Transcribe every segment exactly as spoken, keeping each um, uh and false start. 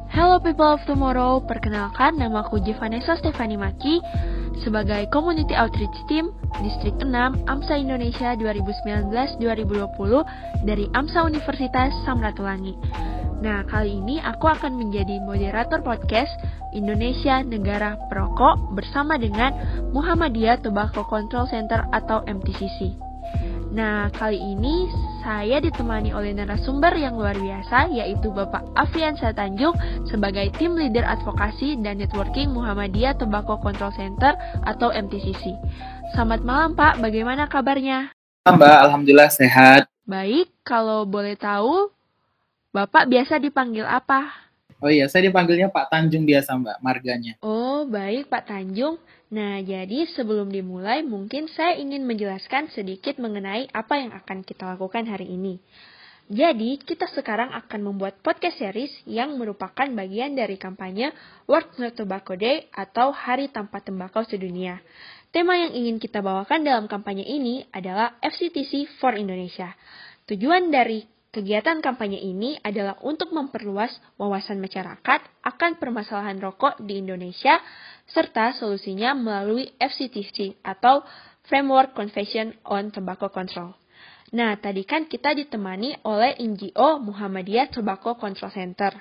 Hello people of tomorrow, perkenalkan nama aku Vanessa Stefani Maki sebagai Community Outreach Team Distrik enam AMSA Indonesia dua ribu sembilan belas dua ribu dua puluh dari AMSA Universitas Samratulangi. Nah, kali ini aku akan menjadi moderator podcast Indonesia Negara Perokok bersama dengan Muhammadiyah Tobacco Control Center atau M T C C. Nah, kali ini saya ditemani oleh narasumber yang luar biasa, yaitu Bapak Afriansyah Tanjung sebagai Tim Leader Advokasi dan Networking Muhammadiyah Tobacco Control Center atau M T C C. Selamat malam Pak, bagaimana kabarnya? Mbak, alhamdulillah sehat. Baik, kalau boleh tahu, Bapak biasa dipanggil apa? Oh iya, saya dipanggilnya Pak Tanjung biasa Mbak, marganya. Oh, baik Pak Tanjung. Nah, jadi sebelum dimulai, mungkin saya ingin menjelaskan sedikit mengenai apa yang akan kita lakukan hari ini. Jadi, kita sekarang akan membuat podcast series yang merupakan bagian dari kampanye World No Tobacco Day atau Hari Tanpa Tembakau Sedunia. Tema yang ingin kita bawakan dalam kampanye ini adalah F C T C for Indonesia. Tujuan dari kegiatan kampanye ini adalah untuk memperluas wawasan masyarakat akan permasalahan rokok di Indonesia serta solusinya melalui F C T C atau Framework Convention on Tobacco Control. Nah, tadi kan kita ditemani oleh N G O Muhammadiyah Tobacco Control Center.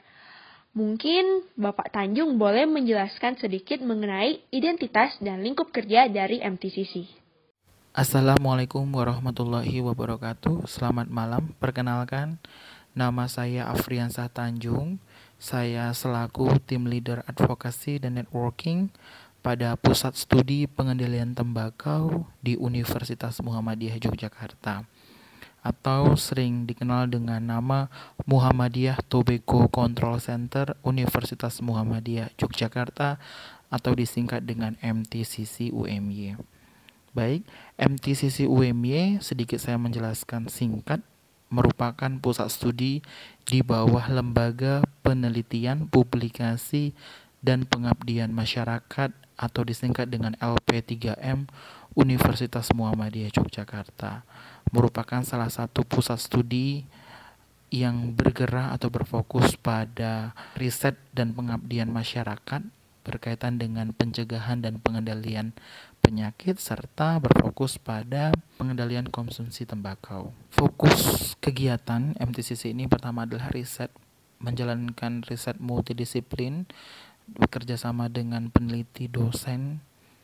Mungkin Bapak Tanjung boleh menjelaskan sedikit mengenai identitas dan lingkup kerja dari M T C C. Assalamualaikum warahmatullahi wabarakatuh. Selamat malam. Perkenalkan, nama saya Afriansyah Tanjung. Saya selaku Tim Leader Advokasi dan Networking pada Pusat Studi Pengendalian Tembakau di Universitas Muhammadiyah Yogyakarta, atau sering dikenal dengan nama Muhammadiyah Tobacco Control Center Universitas Muhammadiyah Yogyakarta atau disingkat dengan M T C C U M Y. Baik, M T C C U M Y sedikit saya menjelaskan singkat, merupakan pusat studi di bawah Lembaga Penelitian, Publikasi, dan Pengabdian Masyarakat atau disingkat dengan L P tiga M Universitas Muhammadiyah Yogyakarta. Merupakan salah satu pusat studi yang bergerak atau berfokus pada riset dan pengabdian masyarakat berkaitan dengan pencegahan dan pengendalian penyakit serta berfokus pada pengendalian konsumsi tembakau. Fokus kegiatan M T C C ini pertama adalah riset, menjalankan riset multidisiplin, bekerja sama dengan peneliti dosen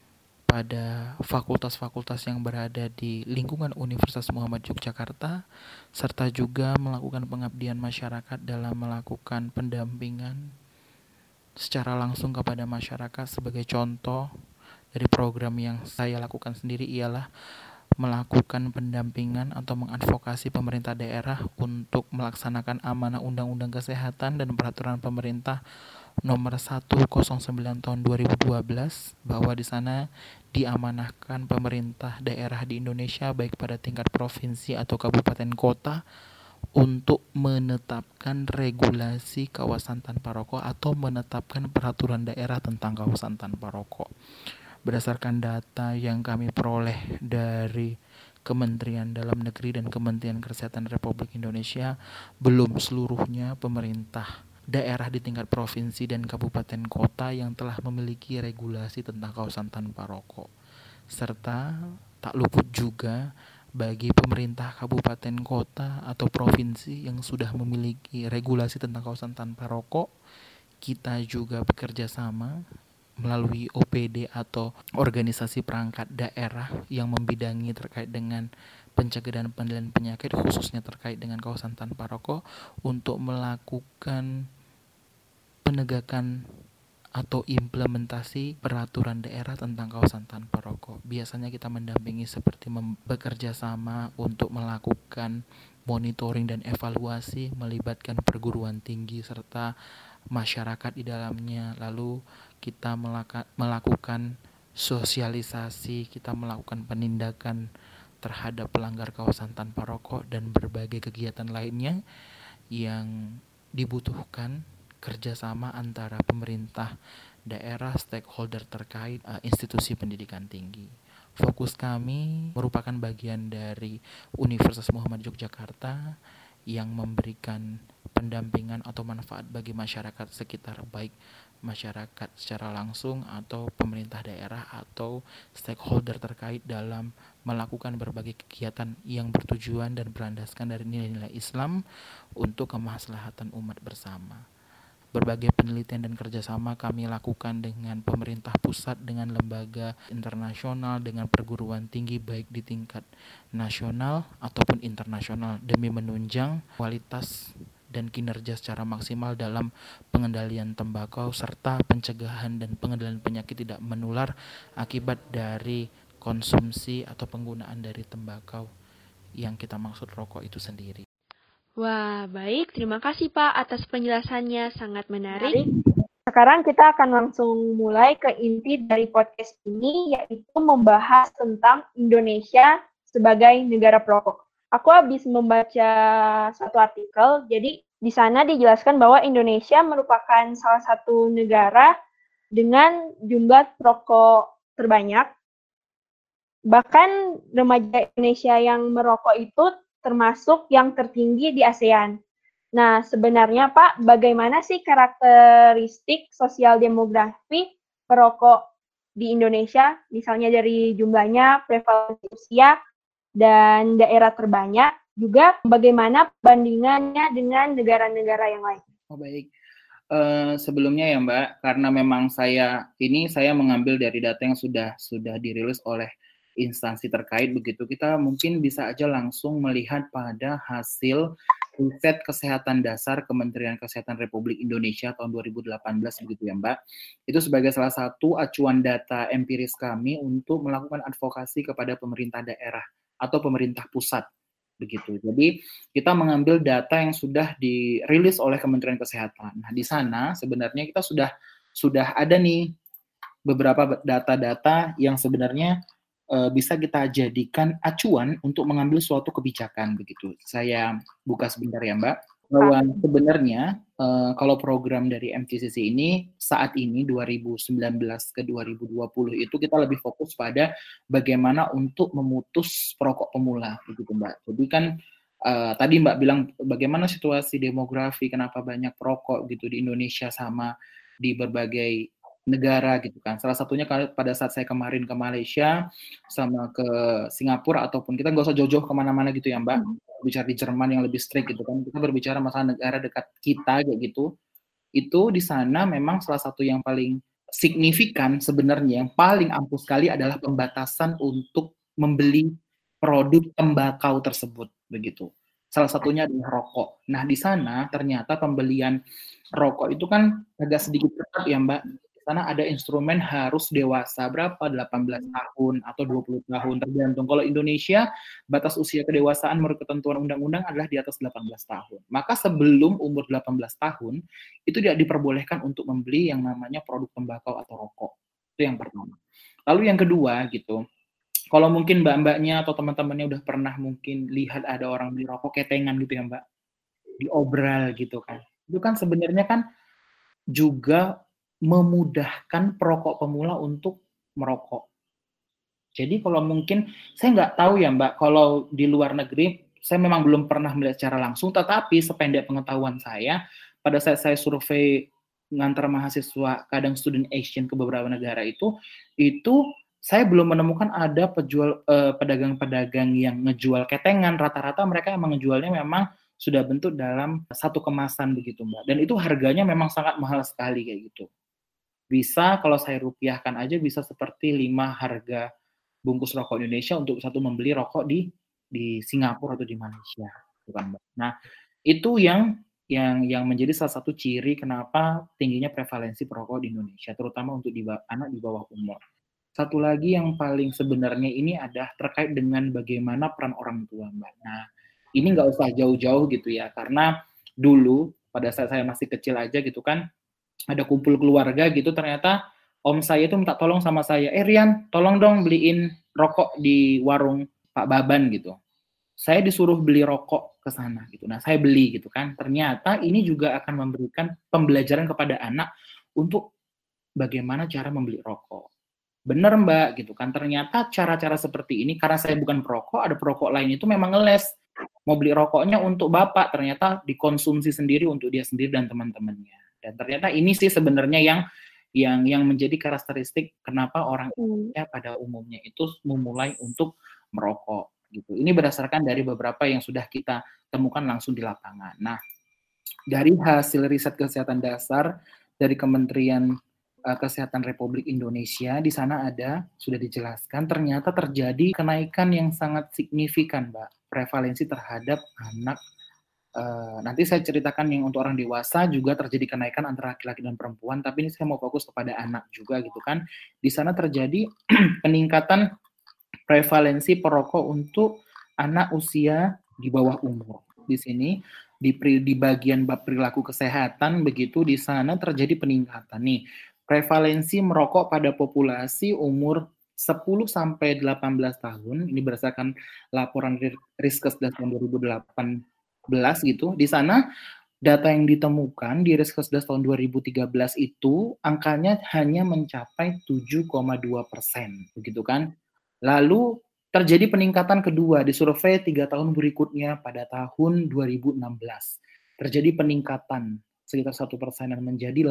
pada fakultas-fakultas yang berada di lingkungan Universitas Muhammadiyah Yogyakarta, serta juga melakukan pengabdian masyarakat dalam melakukan pendampingan secara langsung kepada masyarakat. Sebagai contoh dari program yang saya lakukan sendiri ialah melakukan pendampingan atau mengadvokasi pemerintah daerah untuk melaksanakan amanah Undang-Undang Kesehatan dan Peraturan Pemerintah nomor seratus sembilan tahun dua ribu dua belas, bahwa di sana diamanahkan pemerintah daerah di Indonesia baik pada tingkat provinsi atau kabupaten kota untuk menetapkan regulasi kawasan tanpa rokok atau menetapkan peraturan daerah tentang kawasan tanpa rokok. Berdasarkan data yang kami peroleh dari Kementerian Dalam Negeri dan Kementerian Kesehatan Republik Indonesia, belum seluruhnya pemerintah daerah di tingkat provinsi dan kabupaten kota yang telah memiliki regulasi tentang kawasan tanpa rokok. Serta tak luput juga bagi pemerintah kabupaten kota atau provinsi yang sudah memiliki regulasi tentang kawasan tanpa rokok, kita juga bekerja sama melalui O P D atau organisasi perangkat daerah yang membidangi terkait dengan pencegahan dan pengendalian penyakit, khususnya terkait dengan kawasan tanpa rokok, untuk melakukan penegakan atau implementasi peraturan daerah tentang kawasan tanpa rokok. Biasanya kita mendampingi seperti mem- bekerja sama untuk melakukan monitoring dan evaluasi, melibatkan perguruan tinggi serta masyarakat di dalamnya. Lalu kita melaka- melakukan sosialisasi, kita melakukan penindakan terhadap pelanggar kawasan tanpa rokok dan berbagai kegiatan lainnya yang dibutuhkan kerjasama antara pemerintah daerah, stakeholder terkait, uh, institusi pendidikan tinggi. Fokus kami merupakan bagian dari Universitas Muhammadiyah Yogyakarta yang memberikan pendampingan atau manfaat bagi masyarakat sekitar, baik masyarakat secara langsung atau pemerintah daerah atau stakeholder terkait dalam melakukan berbagai kegiatan yang bertujuan dan berlandaskan dari nilai-nilai Islam untuk kemaslahatan umat bersama. Berbagai penelitian dan kerjasama kami lakukan dengan pemerintah pusat, dengan lembaga internasional, dengan perguruan tinggi baik di tingkat nasional ataupun internasional demi menunjang kualitas dan kinerja secara maksimal dalam pengendalian tembakau serta pencegahan dan pengendalian penyakit tidak menular akibat dari konsumsi atau penggunaan dari tembakau yang kita maksud rokok itu sendiri. Wah, baik. Terima kasih Pak atas penjelasannya. Sangat menarik. Sekarang kita akan langsung mulai ke inti dari podcast ini, yaitu membahas tentang Indonesia sebagai negara perokok. Aku habis membaca satu artikel, jadi di sana dijelaskan bahwa Indonesia merupakan salah satu negara dengan jumlah perokok terbanyak. Bahkan remaja Indonesia yang merokok itu termasuk yang tertinggi di ASEAN. Nah, sebenarnya Pak, bagaimana sih karakteristik sosial demografi perokok di Indonesia, misalnya dari jumlahnya, prevalensi usia, dan daerah terbanyak, juga bagaimana perbandingannya dengan negara-negara yang lain? Oh baik, uh, sebelumnya ya Mbak, karena memang saya ini saya mengambil dari data yang sudah sudah dirilis oleh instansi terkait begitu, kita mungkin bisa aja langsung melihat pada hasil riset kesehatan dasar Kementerian Kesehatan Republik Indonesia tahun dua ribu delapan belas begitu ya Mbak. Itu sebagai salah satu acuan data empiris kami untuk melakukan advokasi kepada pemerintah daerah atau pemerintah pusat begitu. Jadi kita mengambil data yang sudah dirilis oleh Kementerian Kesehatan. Nah, di sana sebenarnya kita sudah sudah ada nih beberapa data-data yang sebenarnya Uh, bisa kita jadikan acuan untuk mengambil suatu kebijakan begitu. Saya buka sebentar ya Mbak, bahwa sebenarnya uh, kalau program dari M C C C ini saat ini dua ribu sembilan belas ke dua ribu dua puluh itu kita lebih fokus pada bagaimana untuk memutus perokok pemula begitu Mbak. Jadi kan uh, tadi Mbak bilang bagaimana situasi demografi, kenapa banyak perokok gitu di Indonesia sama di berbagai negara gitu kan. Salah satunya pada saat saya kemarin ke Malaysia sama ke Singapura ataupun kita nggak usah jauh-jauh kemana-mana gitu ya Mbak. Bicara di Jerman yang lebih strict gitu kan. Kita berbicara masalah negara dekat kita kayak gitu. Itu di sana memang salah satu yang paling signifikan sebenarnya, yang paling ampuh sekali adalah pembatasan untuk membeli produk tembakau tersebut begitu. Salah satunya adalah rokok. Nah di sana ternyata pembelian rokok itu kan agak sedikit ketat ya Mbak. Sana ada instrumen harus dewasa berapa, delapan belas tahun atau dua puluh tahun tergantung. Kalau Indonesia batas usia kedewasaan menurut ketentuan undang-undang adalah di atas delapan belas tahun. Maka sebelum umur delapan belas tahun itu tidak diperbolehkan untuk membeli yang namanya produk tembakau atau rokok. Itu yang pertama. Lalu yang kedua gitu, kalau mungkin mbak-mbaknya atau teman-temannya udah pernah mungkin lihat ada orang beli rokok ketengan gitu ya Mbak, diobral gitu kan. Itu kan sebenarnya kan juga memudahkan perokok pemula untuk merokok. Jadi kalau mungkin, saya nggak tahu ya Mbak, kalau di luar negeri, saya memang belum pernah melihat secara langsung, tetapi sependek pengetahuan saya, pada saat saya survei ngantar mahasiswa, kadang student exchange ke beberapa negara itu, itu saya belum menemukan ada pejual eh, pedagang-pedagang yang ngejual ketengan, rata-rata mereka emang ngejualnya memang sudah bentuk dalam satu kemasan begitu Mbak. Dan itu harganya memang sangat mahal sekali kayak gitu. Bisa kalau saya rupiahkan aja bisa seperti lima harga bungkus rokok Indonesia untuk satu membeli rokok di di Singapura atau di Malaysia, bukan Mbak. Nah, itu yang yang yang menjadi salah satu ciri kenapa tingginya prevalensi perokok di Indonesia, terutama untuk di anak di bawah umur. Satu lagi yang paling sebenarnya ini ada terkait dengan bagaimana peran orang tua, Mbak. Nah, ini nggak usah jauh-jauh gitu ya, karena dulu pada saat saya masih kecil aja gitu kan, ada kumpul keluarga gitu, ternyata om saya itu minta tolong sama saya, eh Rian, tolong dong beliin rokok di warung Pak Baban gitu. Saya disuruh beli rokok ke sana gitu. Nah, saya beli gitu kan. Ternyata ini juga akan memberikan pembelajaran kepada anak untuk bagaimana cara membeli rokok. Bener Mbak gitu kan. Ternyata cara-cara seperti ini, karena saya bukan perokok, ada perokok lain itu memang ngeles. mau beli rokoknya untuk bapak, ternyata dikonsumsi sendiri untuk dia sendiri dan teman-temannya. Dan ternyata ini sih sebenarnya yang yang yang menjadi karakteristik kenapa orang Indonesia pada umumnya itu memulai untuk merokok gitu. Ini berdasarkan dari beberapa yang sudah kita temukan langsung di lapangan. Nah, dari hasil riset kesehatan dasar dari Kementerian uh, Kesehatan Republik Indonesia, di sana ada sudah dijelaskan ternyata terjadi kenaikan yang sangat signifikan, Mbak, prevalensi terhadap anak. Uh, nanti saya ceritakan yang untuk orang dewasa juga terjadi kenaikan antara laki-laki dan perempuan, tapi ini saya mau fokus kepada anak juga gitu kan. Di sana terjadi peningkatan prevalensi perokok untuk anak usia di bawah umur. Di sini di, di bagian bab perilaku kesehatan begitu, di sana terjadi peningkatan nih. Prevalensi merokok pada populasi umur sepuluh sampai delapan belas tahun, ini berdasarkan laporan Riskesdas tahun dua ribu delapan belas gitu. Di sana data yang ditemukan di Riskesdas tahun dua ribu tiga belas itu angkanya hanya mencapai tujuh koma dua persen, begitu kan? Lalu terjadi peningkatan kedua di survei tiga tahun berikutnya pada tahun dua ribu enam belas. Terjadi peningkatan sekitar satu persenan menjadi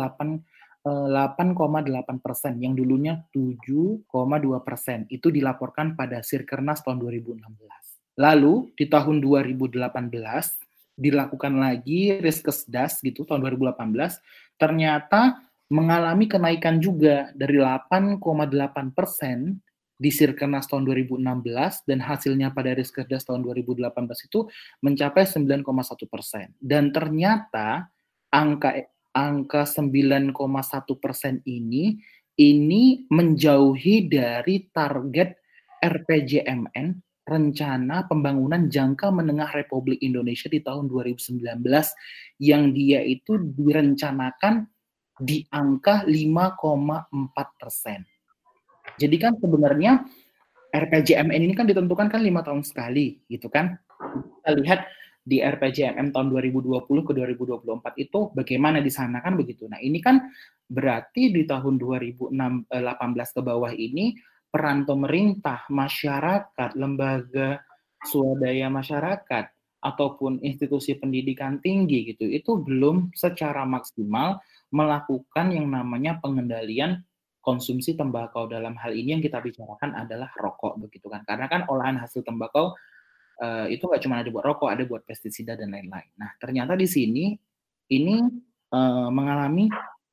delapan koma delapan persen, yang dulunya tujuh koma dua persen. Itu dilaporkan pada Sirkernas tahun dua ribu enam belas. Lalu di tahun dua ribu delapan belas dilakukan lagi Riskesdas gitu tahun dua ribu delapan belas, ternyata mengalami kenaikan juga dari delapan koma delapan persen di Sirkernas tahun dua ribu enam belas, dan hasilnya pada Riskesdas tahun dua ribu delapan belas itu mencapai sembilan koma satu persen. Dan ternyata angka angka sembilan koma satu persen ini ini menjauhi dari target R P J M N, Rencana Pembangunan Jangka Menengah Republik Indonesia di tahun dua ribu sembilan belas, yang dia itu direncanakan di angka lima koma empat persen. Jadi kan sebenarnya R P J M N ini kan ditentukan kan lima tahun sekali gitu kan. Kita lihat di R P J M N tahun dua ribu dua puluh ke dua ribu dua puluh empat itu bagaimana di sana kan begitu. Nah, ini kan berarti di tahun dua ribu delapan belas ke bawah ini peran pemerintah, masyarakat, lembaga swadaya masyarakat ataupun institusi pendidikan tinggi gitu, itu belum secara maksimal melakukan yang namanya pengendalian konsumsi tembakau. Dalam hal ini yang kita bicarakan adalah rokok begitu kan, karena kan olahan hasil tembakau uh, itu nggak cuma ada buat rokok, ada buat pestisida dan lain-lain. Nah, ternyata di sini ini uh, mengalami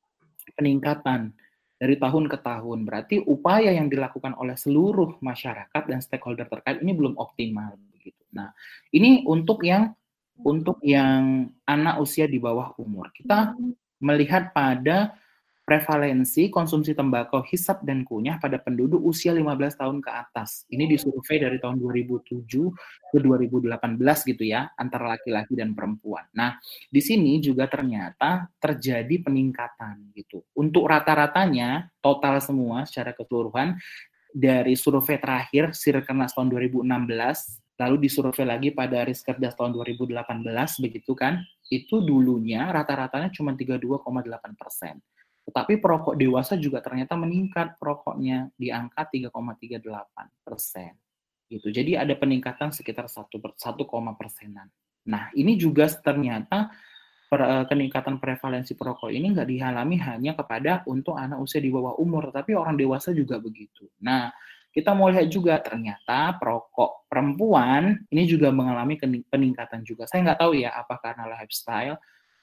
peningkatan dari tahun ke tahun. Berarti upaya yang dilakukan oleh seluruh masyarakat dan stakeholder terkait ini belum optimal begitu. Nah, ini untuk yang untuk yang anak usia di bawah umur. Kita melihat pada prevalensi konsumsi tembakau hisap dan kunyah pada penduduk usia lima belas tahun ke atas. Ini disurvei dari tahun dua ribu tujuh ke dua ribu delapan belas gitu ya, antara laki-laki dan perempuan. Nah, di sini juga ternyata terjadi peningkatan gitu. Untuk rata-ratanya, total semua secara keseluruhan, dari survei terakhir Sirkernas tahun dua ribu enam belas, lalu disurvei lagi pada Riskesdas tahun dua ribu delapan belas, begitu kan, itu dulunya rata-ratanya cuma tiga puluh dua koma delapan persen. Tetapi perokok dewasa juga ternyata meningkat perokoknya di angka tiga koma tiga delapan persen. Gitu. Jadi ada peningkatan sekitar satu persenan. Nah, ini juga ternyata per, peningkatan prevalensi perokok ini nggak dialami hanya kepada untuk anak usia di bawah umur, tapi orang dewasa juga begitu. Nah, kita mau lihat juga ternyata perokok perempuan ini juga mengalami peningkatan juga. Saya nggak tahu ya apa karena lifestyle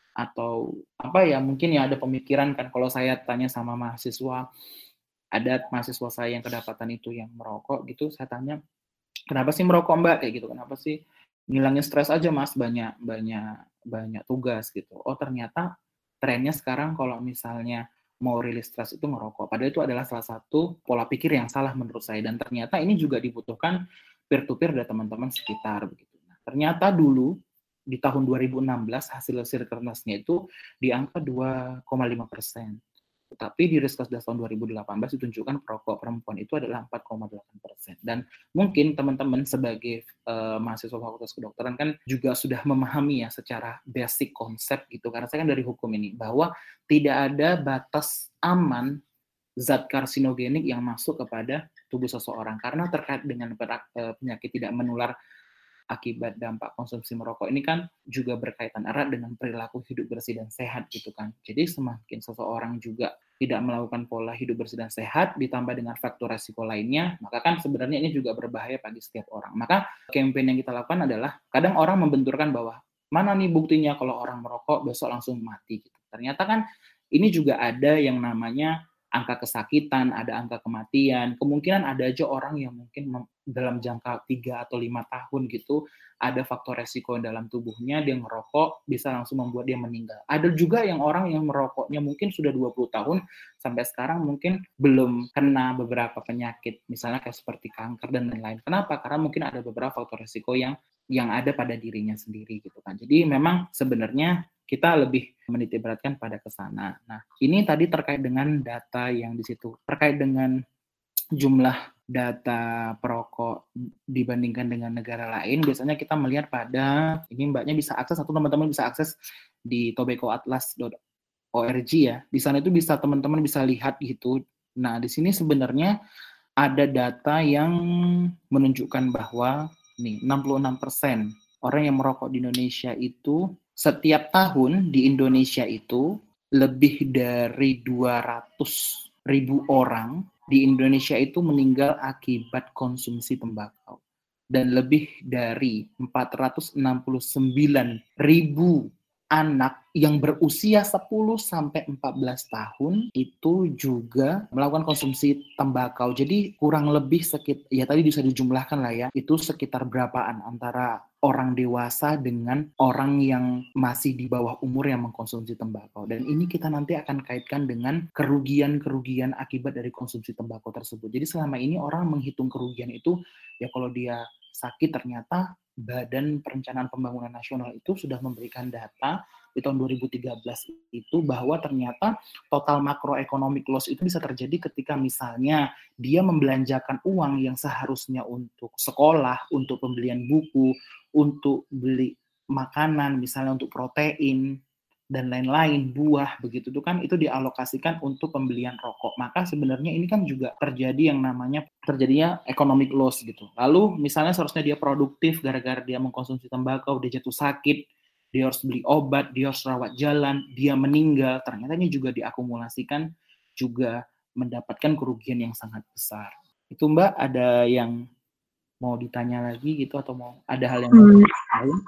atau apa ya, mungkin ya ada pemikiran kan. Kalau saya tanya sama mahasiswa, ada mahasiswa saya yang kedapatan itu yang merokok gitu, saya tanya, kenapa sih merokok Mbak, kayak gitu, kenapa sih, ngilangin stres aja Mas, banyak banyak banyak tugas gitu. Oh ternyata trennya sekarang kalau misalnya mau rilis stres itu ngerokok, padahal itu adalah salah satu pola pikir yang salah menurut saya, dan ternyata ini juga dibutuhkan peer to peer dari teman-teman sekitar begitu. Nah, ternyata dulu di tahun dua ribu enam belas hasil Sirkernasnya itu di angka dua koma lima persen. Tetapi di Riskesdas tahun dua ribu delapan belas ditunjukkan perokok perempuan itu adalah empat koma delapan persen. Dan mungkin teman-teman sebagai uh, mahasiswa Fakultas Kedokteran kan juga sudah memahami ya secara basic konsep gitu, karena saya kan dari hukum ini, bahwa tidak ada batas aman zat karsinogenik yang masuk kepada tubuh seseorang, karena terkait dengan penyakit tidak menular akibat dampak konsumsi merokok ini kan juga berkaitan erat dengan perilaku hidup bersih dan sehat gitu kan. Jadi semakin seseorang juga tidak melakukan pola hidup bersih dan sehat ditambah dengan faktor resiko lainnya, maka kan sebenarnya ini juga berbahaya bagi setiap orang. Maka campaign yang kita lakukan adalah kadang orang membenturkan bahwa mana nih buktinya kalau orang merokok besok langsung mati gitu. Ternyata kan ini juga ada yang namanya angka kesakitan, ada angka kematian, kemungkinan ada aja orang yang mungkin dalam jangka tiga atau lima tahun gitu, ada faktor resiko dalam tubuhnya, dia ngerokok, bisa langsung membuat dia meninggal. Ada juga yang orang yang merokoknya mungkin sudah dua puluh tahun, sampai sekarang mungkin belum kena beberapa penyakit, misalnya kayak seperti kanker dan lain-lain. Kenapa? Karena mungkin ada beberapa faktor resiko yang yang ada pada dirinya sendiri gitu kan. Jadi memang sebenarnya kita lebih menitik beratkan pada ke sana. Nah, ini tadi terkait dengan data yang di situ. Terkait dengan jumlah data perokok dibandingkan dengan negara lain, biasanya kita melihat pada, ini mbaknya bisa akses, atau teman-teman bisa akses di tobacco atlas dot org ya. Di sana itu bisa teman-teman bisa lihat gitu. Nah, di sini sebenarnya ada data yang menunjukkan bahwa nih enam puluh enam persen orang yang merokok di Indonesia itu setiap tahun di Indonesia itu lebih dari dua ratus ribu orang di Indonesia itu meninggal akibat konsumsi tembakau. Dan lebih dari empat ratus enam puluh sembilan ribu anak yang berusia sepuluh sampai empat belas tahun itu juga melakukan konsumsi tembakau. Jadi kurang lebih sekitar, ya tadi bisa dijumlahkan lah ya, itu sekitar berapaan antara orang dewasa dengan orang yang masih di bawah umur yang mengkonsumsi tembakau. Dan ini kita nanti akan kaitkan dengan kerugian-kerugian akibat dari konsumsi tembakau tersebut. Jadi selama ini orang menghitung kerugian itu, ya kalau dia sakit ternyata Badan Perencanaan Pembangunan Nasional itu sudah memberikan data di tahun dua ribu tiga belas itu bahwa ternyata total makroeconomic loss itu bisa terjadi ketika misalnya dia membelanjakan uang yang seharusnya untuk sekolah, untuk pembelian buku, untuk beli makanan, misalnya untuk protein, dan lain-lain, buah, begitu itu kan itu dialokasikan untuk pembelian rokok. Maka sebenarnya ini kan juga terjadi yang namanya terjadinya economic loss gitu. Lalu misalnya seharusnya dia produktif gara-gara dia mengkonsumsi tembakau, dia jatuh sakit, dia harus beli obat, dia harus rawat jalan, dia meninggal, ternyata ini juga diakumulasikan juga mendapatkan kerugian yang sangat besar. Itu Mbak ada yang mau ditanya lagi gitu atau mau ada hal yang mau lain?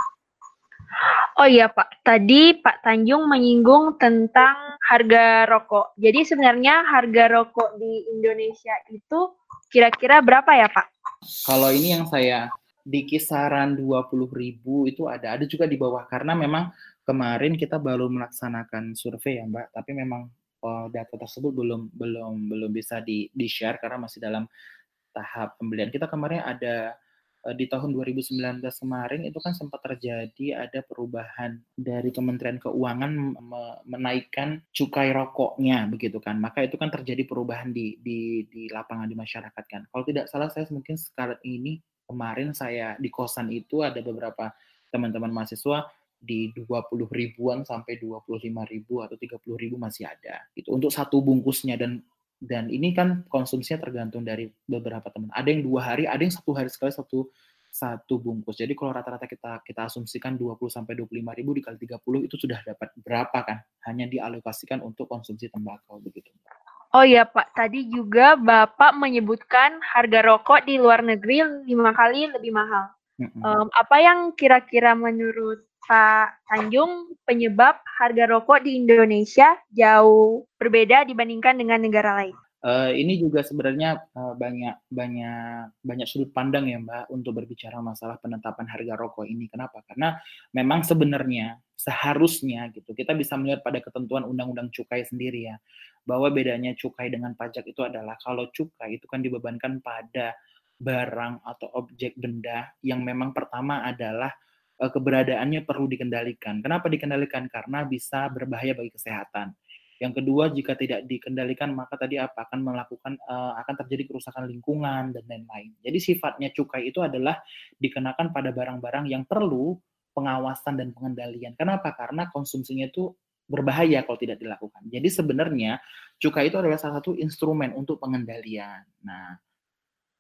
Oh iya Pak, tadi Pak Tanjung menyinggung tentang harga rokok. Jadi sebenarnya harga rokok di Indonesia itu kira-kira berapa ya Pak? Kalau ini yang saya di kisaran dua puluh ribu itu ada, ada juga di bawah. Karena memang kemarin kita baru melaksanakan survei ya Mbak, tapi memang oh, data tersebut belum belum belum bisa di, di share karena masih dalam tahap pembelian. Kita kemarin ada di tahun dua ribu sembilan belas kemarin itu kan sempat terjadi ada perubahan dari Kementerian Keuangan menaikkan cukai rokoknya begitu kan, maka itu kan terjadi perubahan di di di lapangan di masyarakat kan. Kalau tidak salah saya mungkin sekarang ini kemarin saya di kosan itu ada beberapa teman-teman mahasiswa di dua puluh ribuan sampai dua puluh lima ribu atau tiga puluh ribu masih ada gitu untuk satu bungkusnya. Dan Dan ini kan konsumsinya tergantung dari beberapa teman. Ada yang dua hari, ada yang satu hari sekali satu satu bungkus. Jadi kalau rata-rata kita kita asumsikan dua puluh sampai dua puluh lima ribu dikali tiga puluh itu sudah dapat berapa kan? Hanya dialokasikan untuk konsumsi tembakau begitu. Oh ya Pak, tadi juga Bapak menyebutkan harga rokok di luar negeri lima kali lebih mahal. Mm-hmm. Um, apa yang kira-kira menurut Pak Tanjung penyebab harga rokok di Indonesia jauh berbeda dibandingkan dengan negara lain? Uh, ini juga sebenarnya uh, banyak banyak banyak sudut pandang ya Mbak untuk berbicara masalah penetapan harga rokok ini. Kenapa? Karena memang sebenarnya seharusnya gitu kita bisa melihat pada ketentuan undang-undang cukai sendiri ya, bahwa bedanya cukai dengan pajak itu adalah kalau cukai itu kan dibebankan pada barang atau objek benda yang memang pertama adalah keberadaannya perlu dikendalikan. Kenapa dikendalikan? Karena bisa berbahaya bagi kesehatan. Yang kedua, jika tidak dikendalikan, maka tadi apa akan melakukan uh, akan terjadi kerusakan lingkungan dan lain-lain. Jadi sifatnya cukai itu adalah dikenakan pada barang-barang yang perlu pengawasan dan pengendalian. Kenapa? Karena konsumsinya itu berbahaya kalau tidak dilakukan. Jadi sebenarnya cukai itu adalah salah satu instrumen untuk pengendalian. Nah,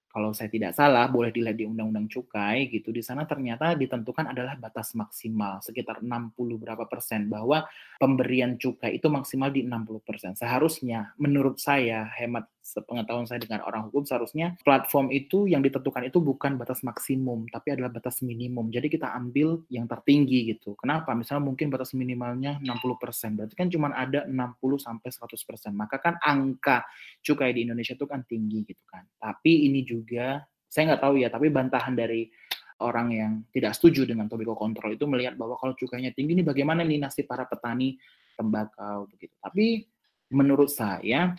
kalau saya tidak salah, boleh dilihat di Undang-Undang Cukai gitu, di sana ternyata ditentukan adalah batas maksimal sekitar enam puluh berapa persen, bahwa pemberian cukai itu maksimal di enam puluh persen. Seharusnya, menurut saya, hemat sepengetahuan saya dengan orang hukum, seharusnya platform itu yang ditentukan itu bukan batas maksimum, tapi adalah batas minimum. Jadi kita ambil yang tertinggi gitu. Kenapa? Misalnya mungkin batas minimalnya enam puluh persen, berarti kan cuma ada enam puluh sampai seratus persen. Maka kan angka cukai di Indonesia itu kan tinggi gitu kan. Tapi ini juga, saya nggak tahu ya, tapi bantahan dari orang yang tidak setuju dengan tobacco control itu melihat bahwa kalau cukainya tinggi ini bagaimana nih nasib para petani tembakau begitu. Tapi menurut saya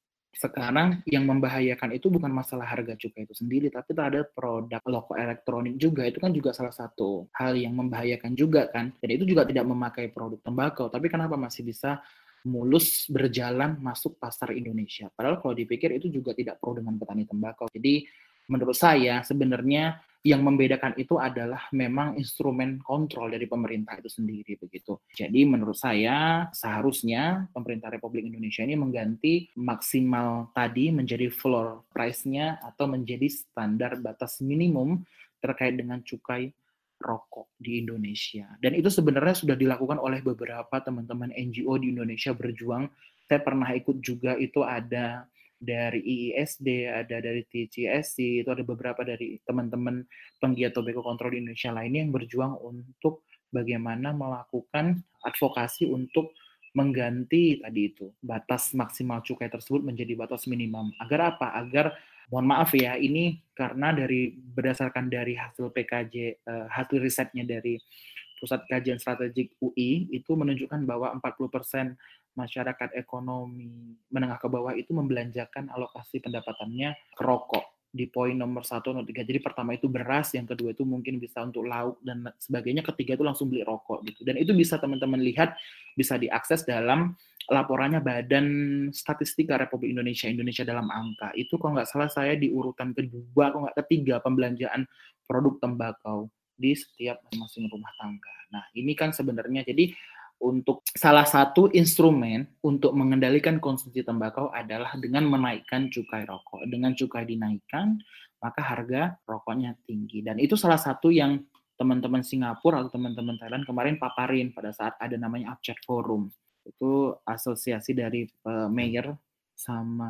sekarang yang membahayakan itu bukan masalah harga cukai itu sendiri, tapi terhadap produk rokok elektronik juga. Itu kan juga salah satu hal yang membahayakan juga kan. Dan itu juga tidak memakai produk tembakau, tapi kenapa masih bisa mulus berjalan masuk pasar Indonesia. Padahal kalau dipikir itu juga tidak pro dengan petani tembakau. Jadi menurut saya sebenarnya yang membedakan itu adalah memang instrumen kontrol dari pemerintah itu sendiri begitu. Jadi menurut saya seharusnya pemerintah Republik Indonesia ini mengganti maksimal tadi menjadi floor price-nya atau menjadi standar batas minimum terkait dengan cukai rokok di Indonesia. Dan itu sebenarnya sudah dilakukan oleh beberapa teman-teman N G O di Indonesia berjuang. Saya pernah ikut juga, itu ada dari I I S D, ada dari T C S C, itu ada beberapa dari teman-teman penggiat tobacco control di Indonesia lainnya yang berjuang untuk bagaimana melakukan advokasi untuk mengganti tadi itu batas maksimal cukai tersebut menjadi batas minimum. Agar apa? Agar, mohon maaf ya, ini karena dari berdasarkan dari hasil P K J, uh, hasil risetnya dari Pusat Kajian Strategik U I itu menunjukkan bahwa empat puluh persen masyarakat ekonomi menengah ke bawah itu membelanjakan alokasi pendapatannya ke rokok di poin nomor satu atau tiga. Jadi pertama itu beras, yang kedua itu mungkin bisa untuk lauk dan sebagainya, ketiga itu langsung beli rokok gitu. Dan itu bisa teman-teman lihat, bisa diakses dalam laporannya Badan Statistika Republik Indonesia, Indonesia dalam angka. Itu kalau nggak salah saya di urutan kedua, kalau nggak ketiga pembelanjaan produk tembakau di setiap masing-masing rumah tangga. Nah ini kan sebenarnya jadi untuk salah satu instrumen untuk mengendalikan konsumsi tembakau adalah dengan menaikkan cukai rokok. Dengan cukai dinaikkan, maka harga rokoknya tinggi. Dan itu salah satu yang teman-teman Singapura atau teman-teman Thailand kemarin paparin pada saat ada namanya Upchat Forum. Itu asosiasi dari uh, mayor sama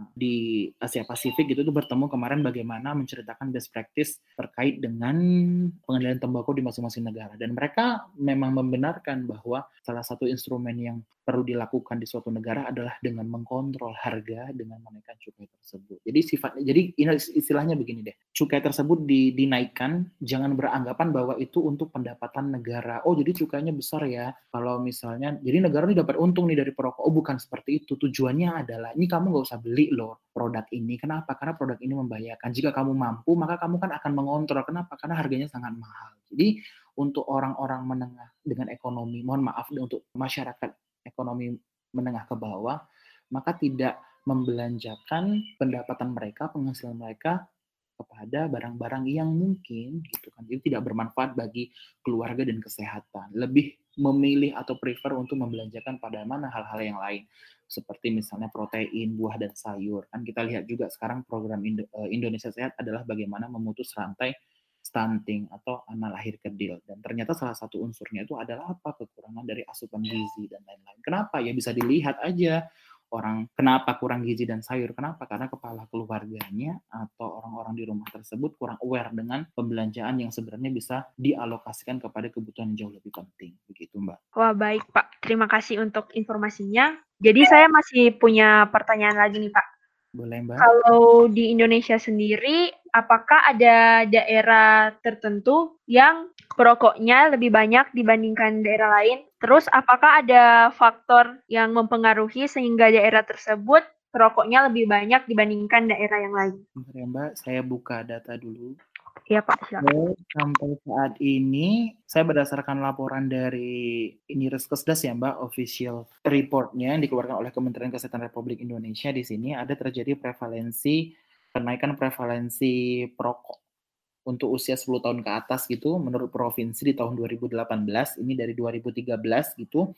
di Asia Pasifik gitu tuh bertemu kemarin bagaimana menceritakan best practice terkait dengan pengendalian tembakau di masing-masing negara. Dan mereka memang membenarkan bahwa salah satu instrumen yang perlu dilakukan di suatu negara adalah dengan mengkontrol harga dengan menaikkan cukai tersebut. Jadi sifatnya, jadi istilahnya begini deh, cukai tersebut di, dinaikkan, jangan beranggapan bahwa itu untuk pendapatan negara. Oh jadi cukainya besar ya, kalau misalnya, jadi negara ini dapat untung nih dari perokok. Oh bukan seperti itu, tujuannya adalah ini kamu nggak usah beli loh produk ini. Kenapa? Karena produk ini membahayakan. Jika kamu mampu, maka kamu kan akan mengontrol. Kenapa? Karena harganya sangat mahal. Jadi untuk orang-orang menengah dengan ekonomi, mohon maaf, untuk masyarakat ekonomi menengah ke bawah, maka tidak membelanjakan pendapatan mereka, penghasilan mereka kepada barang-barang yang mungkin gitu kan, jadi tidak bermanfaat bagi keluarga dan kesehatan. Lebih memilih atau prefer untuk membelanjakan pada mana hal-hal yang lain, seperti misalnya protein, buah dan sayur. Kan kita lihat juga sekarang program Indonesia Sehat adalah bagaimana memutus rantai stunting atau anak lahir kerdil. Dan ternyata salah satu unsurnya itu adalah apa? Kekurangan dari asupan gizi dan lain-lain. Kenapa? Ya bisa dilihat aja orang kenapa kurang gizi dan sayur. Kenapa? Karena kepala keluarganya atau orang-orang di rumah tersebut kurang aware dengan pembelanjaan yang sebenarnya bisa dialokasikan kepada kebutuhan yang jauh lebih penting. Begitu, Mbak. Wah, baik, Pak. Terima kasih untuk informasinya. Jadi saya masih punya pertanyaan lagi nih, Pak. Boleh, Mbak. Kalau di Indonesia sendiri, apakah ada daerah tertentu yang perokoknya lebih banyak dibandingkan daerah lain? Terus apakah ada faktor yang mempengaruhi sehingga daerah tersebut perokoknya lebih banyak dibandingkan daerah yang lain? Bentar ya Mbak, saya buka data dulu. Iya Pak, silakan. Sampai saat ini, saya berdasarkan laporan dari ini Riskesdas ya Mbak, official reportnya yang dikeluarkan oleh Kementerian Kesehatan Republik Indonesia, di sini ada terjadi prevalensi, kenaikan prevalensi perokok untuk usia sepuluh tahun ke atas gitu, menurut provinsi di tahun dua ribu delapan belas, ini dari dua ribu tiga belas gitu.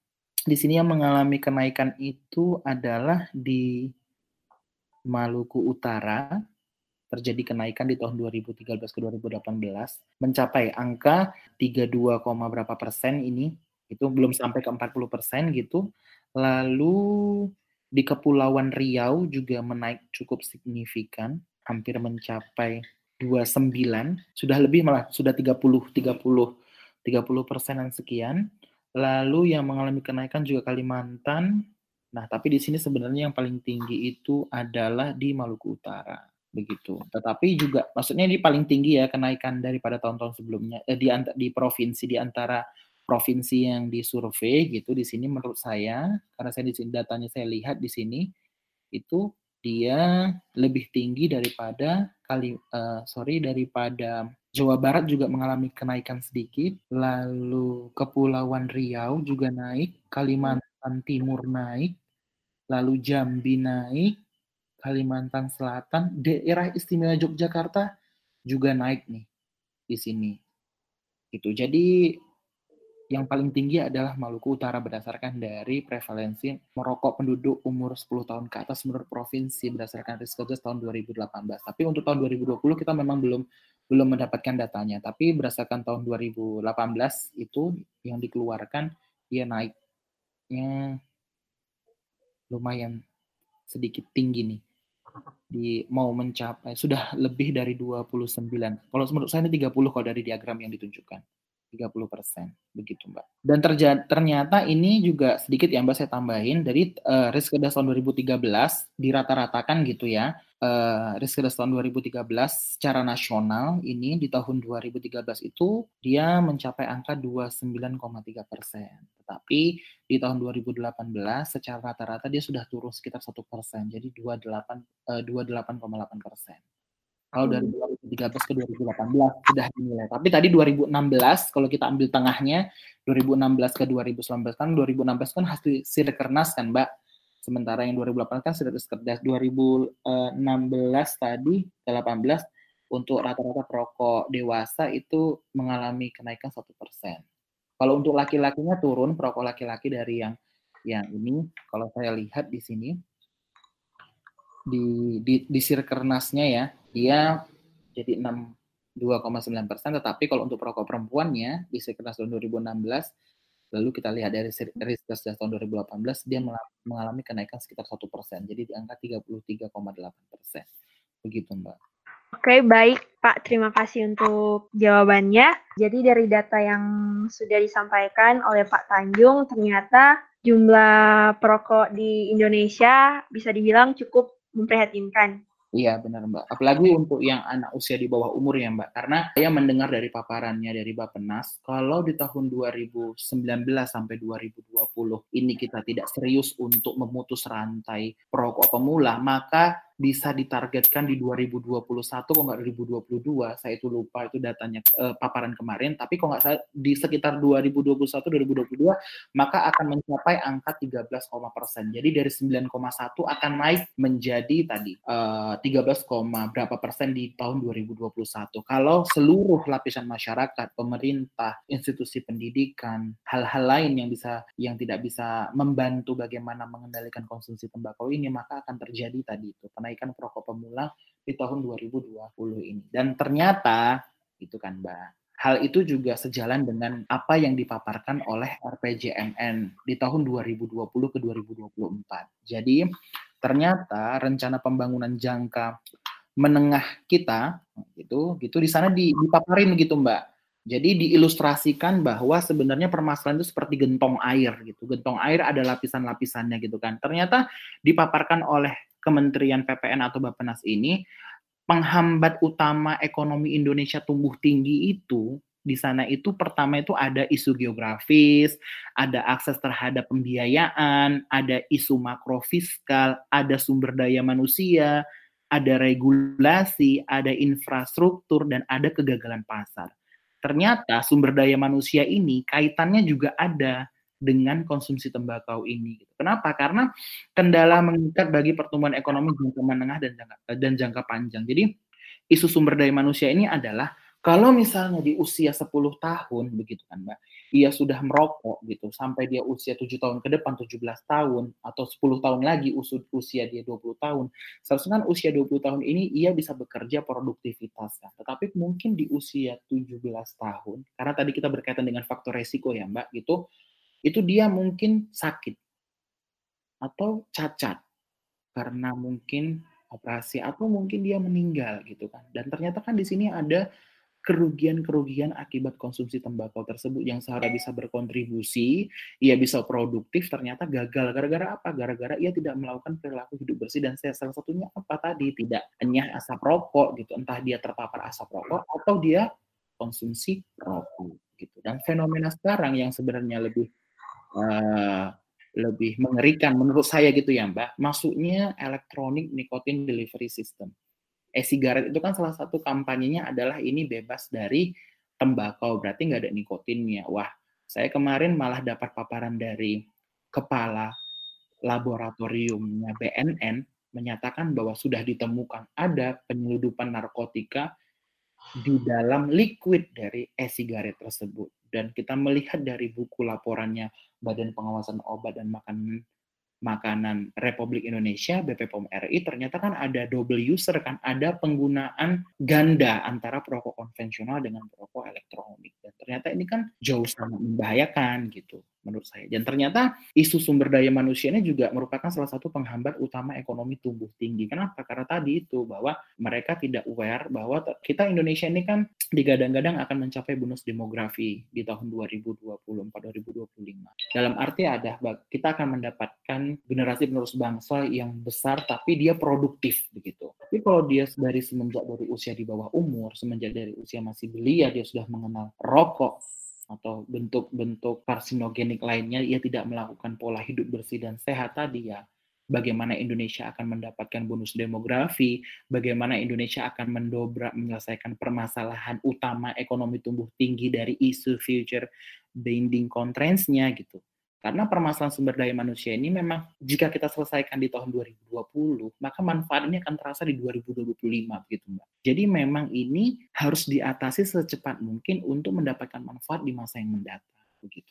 Di sini yang mengalami kenaikan itu adalah di Maluku Utara, terjadi kenaikan di tahun dua ribu tiga belas ke dua ribu delapan belas mencapai angka tiga puluh dua, berapa persen ini, itu belum sampai ke empat puluh persen gitu. Lalu di Kepulauan Riau juga menaik cukup signifikan, hampir mencapai dua puluh sembilan, sudah lebih malah, sudah tiga puluh, tiga puluh, tiga puluh persenan sekian. Lalu yang mengalami kenaikan juga Kalimantan. Nah, tapi di sini sebenarnya yang paling tinggi itu adalah di Maluku Utara, begitu. Tetapi juga, maksudnya ini paling tinggi ya kenaikan daripada tahun-tahun sebelumnya, eh, di, di provinsi, di antara provinsi yang disurvei gitu. Di sini menurut saya, karena saya di sini datanya saya lihat di sini, itu dia lebih tinggi daripada kali, uh, sorry, daripada Jawa Barat juga mengalami kenaikan sedikit, lalu Kepulauan Riau juga naik, Kalimantan Timur naik, lalu Jambi naik, Kalimantan Selatan, daerah istimewa Yogyakarta juga naik nih di sini. Itu jadi yang paling tinggi adalah Maluku Utara berdasarkan dari prevalensi merokok penduduk umur sepuluh tahun ke atas menurut provinsi berdasarkan Riskesdas tahun dua ribu delapan belas. Tapi untuk tahun dua ribu dua puluh kita memang belum belum mendapatkan datanya. Tapi berdasarkan tahun dua ribu delapan belas itu yang dikeluarkan, dia naiknya lumayan sedikit tinggi nih. Di mau mencapai sudah lebih dari dua puluh sembilan. Kalau menurut saya ini tiga puluh kalau dari diagram yang ditunjukkan. tiga puluh persen, begitu Mbak. Dan terja- ternyata ini juga sedikit ya Mbak saya tambahin, dari uh, Riskesdas tahun dua ribu tiga belas dirata-ratakan gitu ya, uh, Riskesdas tahun dua ribu tiga belas secara nasional ini di tahun dua ribu tiga belas itu dia mencapai angka dua puluh sembilan koma tiga persen. Tetapi di tahun dua ribu delapan belas secara rata-rata dia sudah turun sekitar satu persen, jadi dua puluh delapan koma delapan persen. Kalau dari dua ribu tiga belas ke dua ribu delapan belas sudah dinilai. Tapi tadi dua ribu enam belas kalau kita ambil tengahnya, dua ribu enam belas ke dua ribu sembilan belas kan, dua ribu enam belas kan hasil Sirkernas kan Mbak. Sementara yang dua ribu delapan belas kan sudah Sirkernas. dua ribu enam belas tadi ke delapan belas untuk rata-rata perokok dewasa itu mengalami kenaikan satu persen. Kalau untuk laki-lakinya turun, perokok laki-laki dari yang yang ini, kalau saya lihat di sini, di di, di Sirkernasnya ya, dia jadi enam puluh dua koma sembilan persen, tetapi kalau untuk perokok perempuannya di Sirkernas tahun dua ribu enam belas, lalu kita lihat dari Riskesdas tahun dua ribu delapan belas, dia mengalami kenaikan sekitar satu persen, jadi di angka tiga puluh tiga koma delapan persen. Begitu Mbak. Oke, baik Pak. Terima kasih untuk jawabannya. Jadi dari data yang sudah disampaikan oleh Pak Tanjung, ternyata jumlah perokok di Indonesia bisa dibilang cukup memprihatinkan. Iya benar Mbak, apalagi untuk yang anak usia di bawah umur ya Mbak, karena saya mendengar dari paparannya dari Bappenas, kalau di tahun dua ribu sembilan belas sampai dua ribu dua puluh ini kita tidak serius untuk memutus rantai perokok pemula, maka bisa ditargetkan di dua ribu dua puluh satu, kok nggak dua ribu dua puluh dua, saya itu lupa itu datanya eh, paparan kemarin, tapi kok nggak salah di sekitar dua ribu dua puluh satu dua ribu dua puluh dua, maka akan mencapai angka tiga belas koma persen. Jadi dari sembilan koma satu akan naik menjadi tadi eh, tiga belas, berapa persen di tahun dua ribu dua puluh satu. Kalau seluruh lapisan masyarakat, pemerintah, institusi pendidikan, hal-hal lain yang bisa yang tidak bisa membantu bagaimana mengendalikan konsumsi tembakau ini, maka akan terjadi tadi itu kenaikan perokok pemula di tahun dua ribu dua puluh ini. Dan ternyata itu kan Mbak, hal itu juga sejalan dengan apa yang dipaparkan oleh R P J M N di tahun dua ribu dua puluh ke dua ribu dua puluh empat. Jadi ternyata rencana pembangunan jangka menengah kita gitu gitu di sana dipaparin gitu Mbak. Jadi diilustrasikan bahwa sebenarnya permasalahan itu seperti gentong air gitu. Gentong air ada lapisan-lapisannya gitu kan. Ternyata dipaparkan oleh Kementerian P P N atau Bappenas ini, penghambat utama ekonomi Indonesia tumbuh tinggi itu di sana itu pertama itu ada isu geografis, ada akses terhadap pembiayaan, ada isu makrofiskal, ada sumber daya manusia, ada regulasi, ada infrastruktur, dan ada kegagalan pasar. Ternyata sumber daya manusia ini kaitannya juga ada dengan konsumsi tembakau ini. Kenapa? Karena kendala mengikat bagi pertumbuhan ekonomi jangka menengah dan jangka, dan jangka panjang. Jadi isu sumber daya manusia ini adalah Kalau misalnya di usia sepuluh tahun begitu kan Mbak, ia sudah merokok gitu sampai dia usia tujuh tahun ke depan, tujuh belas tahun atau sepuluh tahun lagi usu usia dia dua puluh tahun, seharusnya kan usia dua puluh tahun ini ia bisa bekerja produktivitas kan. Tetapi mungkin di usia tujuh belas tahun, karena tadi kita berkaitan dengan faktor resiko ya Mbak gitu, itu dia mungkin sakit atau cacat karena mungkin operasi atau mungkin dia meninggal gitu kan. Dan ternyata kan di sini ada kerugian-kerugian akibat konsumsi tembakau tersebut yang seharusnya bisa berkontribusi, ia bisa produktif, ternyata gagal. Gara-gara apa? Gara-gara ia tidak melakukan perilaku hidup bersih dan sehat. Salah satunya apa tadi? Tidak enyah asap rokok gitu. Entah dia terpapar asap rokok atau dia konsumsi rokok gitu. Dan fenomena sekarang yang sebenarnya lebih uh, lebih mengerikan menurut saya gitu ya Mbak, masuknya electronic nicotine delivery system. E-sigaret itu kan salah satu kampanyenya adalah ini bebas dari tembakau, berarti nggak ada nikotinnya. Wah, saya kemarin malah dapat paparan dari kepala laboratoriumnya B N N menyatakan bahwa sudah ditemukan ada penyeludupan narkotika di dalam liquid dari e-sigaret tersebut. Dan kita melihat dari buku laporannya Badan Pengawasan Obat dan Makanan Makanan Republik Indonesia, B P P O M R I, ternyata kan ada double user kan, ada penggunaan ganda antara perokok konvensional dengan perokok elektronik. Dan ternyata ini kan jauh sangat membahayakan gitu menurut saya. Dan ternyata isu sumber daya manusia ini juga merupakan salah satu penghambat utama ekonomi tumbuh tinggi. Kenapa? Karena tadi itu bahwa mereka tidak aware bahwa kita Indonesia ini kan digadang-gadang akan mencapai bonus demografi di tahun dua ribu dua puluh empat dua ribu dua puluh lima. Dalam arti ada kita akan mendapatkan generasi penerus bangsa yang besar tapi dia produktif begitu. Tapi kalau dia dari semenjak dari usia di bawah umur, semenjak dari usia masih belia dia sudah mengenal rokok atau bentuk-bentuk karsinogenik lainnya, ia tidak melakukan pola hidup bersih dan sehat tadi ya. Bagaimana Indonesia akan mendapatkan bonus demografi, bagaimana Indonesia akan mendobrak menyelesaikan permasalahan utama ekonomi tumbuh tinggi dari isu future binding constraints-nya gitu. Karena permasalahan sumber daya manusia ini memang jika kita selesaikan di tahun dua ribu dua puluh, maka manfaat ini akan terasa di dua ribu dua puluh lima begitu Mbak. Jadi memang ini harus diatasi secepat mungkin untuk mendapatkan manfaat di masa yang mendatang begitu.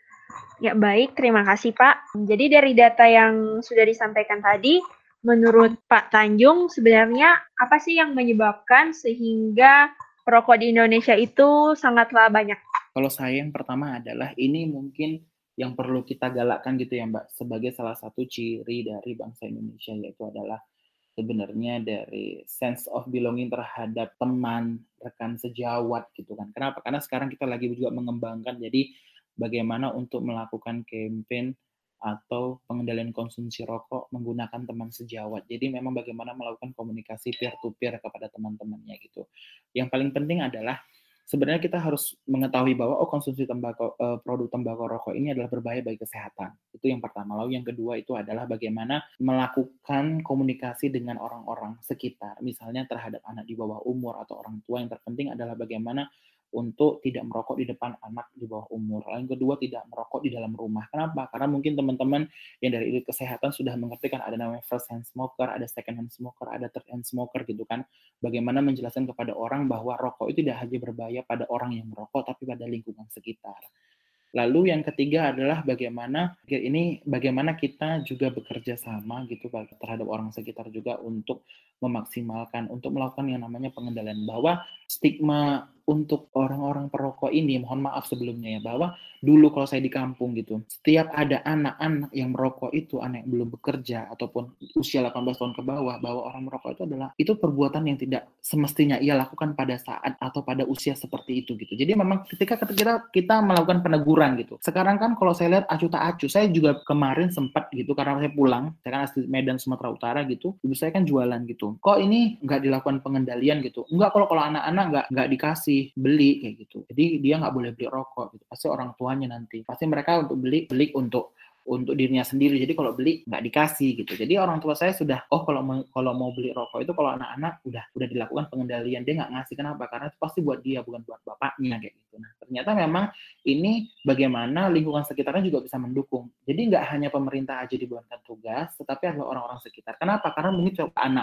Ya baik, terima kasih Pak. Jadi dari data yang sudah disampaikan tadi, menurut Pak Tanjung sebenarnya apa sih yang menyebabkan sehingga perokok di Indonesia itu sangatlah banyak? Kalau saya yang pertama adalah ini mungkin yang perlu kita galakkan gitu ya Mbak, sebagai salah satu ciri dari bangsa Indonesia, yaitu adalah sebenarnya dari sense of belonging terhadap teman, rekan sejawat gitu kan. Kenapa? Karena sekarang kita lagi juga mengembangkan jadi bagaimana untuk melakukan campaign atau pengendalian konsumsi rokok menggunakan teman sejawat. Jadi memang bagaimana melakukan komunikasi peer-to-peer kepada teman-temannya gitu. Yang paling penting adalah sebenarnya kita harus mengetahui bahwa oh konsumsi tembakau eh, produk tembakau rokok ini adalah berbahaya bagi kesehatan. Itu yang pertama. Lalu yang kedua itu adalah bagaimana melakukan komunikasi dengan orang-orang sekitar, misalnya terhadap anak di bawah umur atau orang tua. Yang terpenting adalah bagaimana untuk tidak merokok di depan anak di bawah umur. Lalu yang kedua, tidak merokok di dalam rumah. Kenapa? Karena mungkin teman-teman yang dari ilmu kesehatan sudah mengerti kan ada namanya first hand smoker, ada second hand smoker, ada third hand smoker gitu kan. Bagaimana menjelaskan kepada orang bahwa rokok itu tidak hanya berbahaya pada orang yang merokok, tapi pada lingkungan sekitar. Lalu yang ketiga adalah bagaimana ini bagaimana kita juga bekerja sama gitu terhadap orang sekitar juga untuk memaksimalkan, untuk melakukan yang namanya pengendalian, bahwa stigma untuk orang-orang perokok ini, mohon maaf sebelumnya ya, bahwa dulu kalau saya di kampung gitu, setiap ada anak-anak yang merokok itu, anak yang belum bekerja ataupun usia delapan belas tahun ke bawah, bahwa orang merokok itu adalah itu perbuatan yang tidak semestinya ia lakukan pada saat atau pada usia seperti itu gitu. Jadi memang ketika kita kita melakukan peneguran gitu. Sekarang kan kalau saya lihat acuh tak acuh, saya juga kemarin sempat gitu karena saya pulang, saya kan asli Medan Sumatera Utara gitu, ibu saya kan jualan gitu. Kok ini nggak dilakukan pengendalian gitu? Enggak, kalau kalau anak-anak nggak nggak dikasih beli kayak gitu. Jadi dia nggak boleh beli rokok gitu. Pasti orang tuanya nanti. Pasti mereka untuk beli beli untuk untuk dirinya sendiri. Jadi kalau beli nggak dikasih gitu. Jadi orang tua saya sudah oh kalau mau kalau mau beli rokok itu kalau anak-anak udah udah dilakukan pengendalian, dia nggak ngasih. Kenapa? Karena itu pasti buat dia bukan buat bapaknya kayak gitu. Nah ternyata memang ini bagaimana lingkungan sekitarnya juga bisa mendukung. Jadi nggak hanya pemerintah aja dibuatkan tugas, tetapi ada orang-orang sekitar. Kenapa? Karena mungkin anak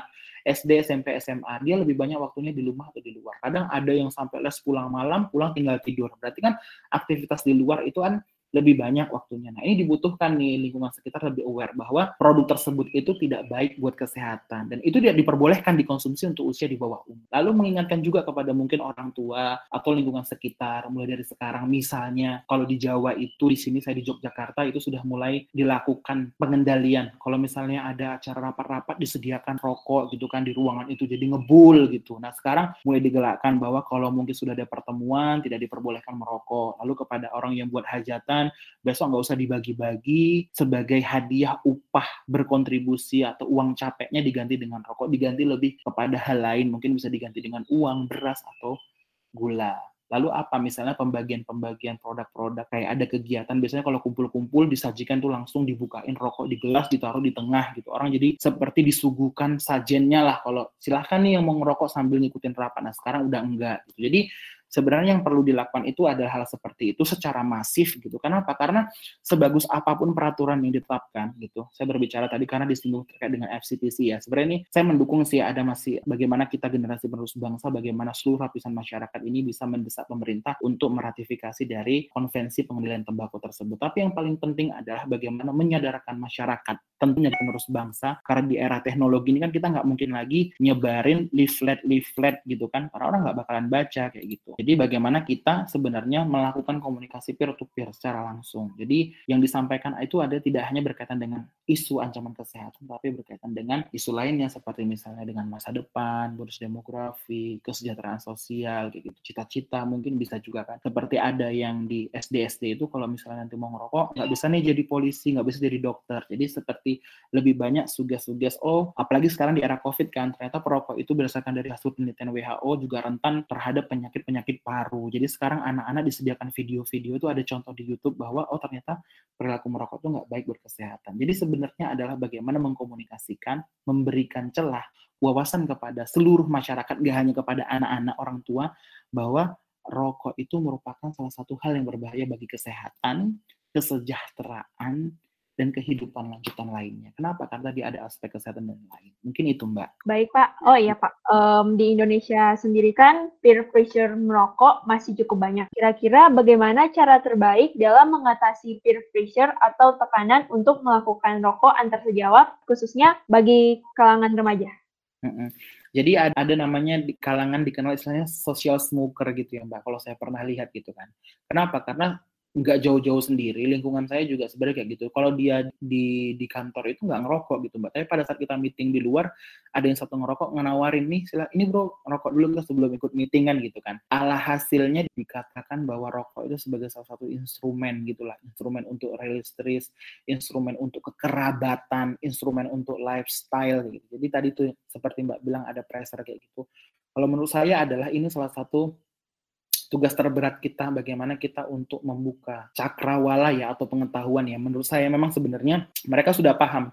S D, S M P, S M A, dia lebih banyak waktunya di rumah atau di luar. Kadang ada yang sampai les pulang malam, pulang tinggal tidur. Berarti kan aktivitas di luar itu kan lebih banyak waktunya. Nah, ini dibutuhkan nih lingkungan sekitar lebih aware bahwa produk tersebut itu tidak baik buat kesehatan. Dan itu tidak diperbolehkan dikonsumsi untuk usia di bawah umur. Lalu mengingatkan juga kepada mungkin orang tua atau lingkungan sekitar, mulai dari sekarang. Misalnya, kalau di Jawa itu, di sini saya di Yogyakarta, itu sudah mulai dilakukan pengendalian. Kalau misalnya ada acara rapat-rapat, disediakan rokok gitu kan di ruangan itu, jadi ngebul gitu. Nah, sekarang mulai digelakkan bahwa kalau mungkin sudah ada pertemuan, tidak diperbolehkan merokok. Lalu kepada orang yang buat hajatan, besok nggak usah dibagi-bagi, sebagai hadiah upah berkontribusi atau uang capeknya diganti dengan rokok, diganti lebih kepada hal lain, mungkin bisa diganti dengan uang, beras, atau gula. Lalu apa? Misalnya pembagian-pembagian produk-produk, kayak ada kegiatan, biasanya kalau kumpul-kumpul disajikan tuh langsung dibukain rokok di gelas, ditaruh di tengah gitu. Orang jadi seperti disuguhkan sajennya lah, kalau silahkan nih yang mau ngerokok sambil ngikutin rapat. Nah, sekarang udah enggak gitu. Jadi sebenarnya yang perlu dilakukan itu adalah hal seperti itu secara masif gitu. Kenapa? Karena sebagus apapun peraturan yang ditetapkan gitu. Saya berbicara tadi karena disinggung terkait dengan F C T C ya. Sebenarnya ini saya mendukung sih ada masih bagaimana kita generasi penerus bangsa, bagaimana seluruh lapisan masyarakat ini bisa mendesak pemerintah untuk meratifikasi dari konvensi pengendalian tembakau tersebut. Tapi yang paling penting adalah bagaimana menyadarkan masyarakat, tentunya penerus bangsa, karena di era teknologi ini kan kita nggak mungkin lagi nyebarin leaflet-leaflet gitu kan, karena orang nggak bakalan baca kayak gitu. Jadi bagaimana kita sebenarnya melakukan komunikasi peer-to-peer secara langsung. Jadi yang disampaikan itu ada tidak hanya berkaitan dengan isu ancaman kesehatan, tapi berkaitan dengan isu lainnya seperti misalnya dengan masa depan, bonus demografi, kesejahteraan sosial, kayak gitu. Cita-cita mungkin bisa juga kan. Seperti ada yang di S D S D itu kalau misalnya nanti mau ngerokok, nggak bisa nih jadi polisi, nggak bisa jadi dokter. Jadi seperti lebih banyak sugas-sugas. Oh, apalagi sekarang di era COVID kan, ternyata perokok itu berdasarkan dari hasil penelitian W H O juga rentan terhadap penyakit-penyakit paru. Jadi sekarang anak-anak disediakan video-video itu ada contoh di YouTube bahwa oh ternyata perilaku merokok itu nggak baik buat kesehatan. Jadi sebenarnya adalah bagaimana mengkomunikasikan, memberikan celah, wawasan kepada seluruh masyarakat, nggak hanya kepada anak-anak orang tua, bahwa rokok itu merupakan salah satu hal yang berbahaya bagi kesehatan, kesejahteraan, dan kehidupan lanjutan lainnya. Kenapa? Karena tadi ada aspek kesehatan dan lain. Mungkin itu, Mbak. Baik, Pak. Oh iya, Pak. Um, di Indonesia sendiri kan peer pressure merokok masih cukup banyak. Kira-kira bagaimana cara terbaik dalam mengatasi peer pressure atau tekanan untuk melakukan rokok antar sejawat, khususnya bagi kalangan remaja? Mm-mm. Jadi ada, ada namanya di kalangan dikenal istilahnya social smoker gitu ya, Mbak. Kalau saya pernah lihat gitu kan. Kenapa? Karena nggak jauh-jauh sendiri, lingkungan saya juga sebenarnya kayak gitu. Kalau dia di di kantor itu nggak ngerokok gitu, Mbak. Tapi pada saat kita meeting di luar, ada yang satu ngerokok, ngenawarin nih, sila, ini bro, ngerokok dulu nggak sebelum ikut meeting kan gitu kan. Alhasilnya dikatakan bahwa rokok itu sebagai salah satu instrumen gitulah, instrumen untuk rilis stress, instrumen untuk kekerabatan, instrumen untuk lifestyle gitu. Jadi tadi tuh seperti Mbak bilang ada pressure kayak gitu. Kalau menurut saya adalah ini salah satu tugas terberat kita, bagaimana kita untuk membuka cakrawala ya atau pengetahuan ya. Menurut saya memang sebenarnya mereka sudah paham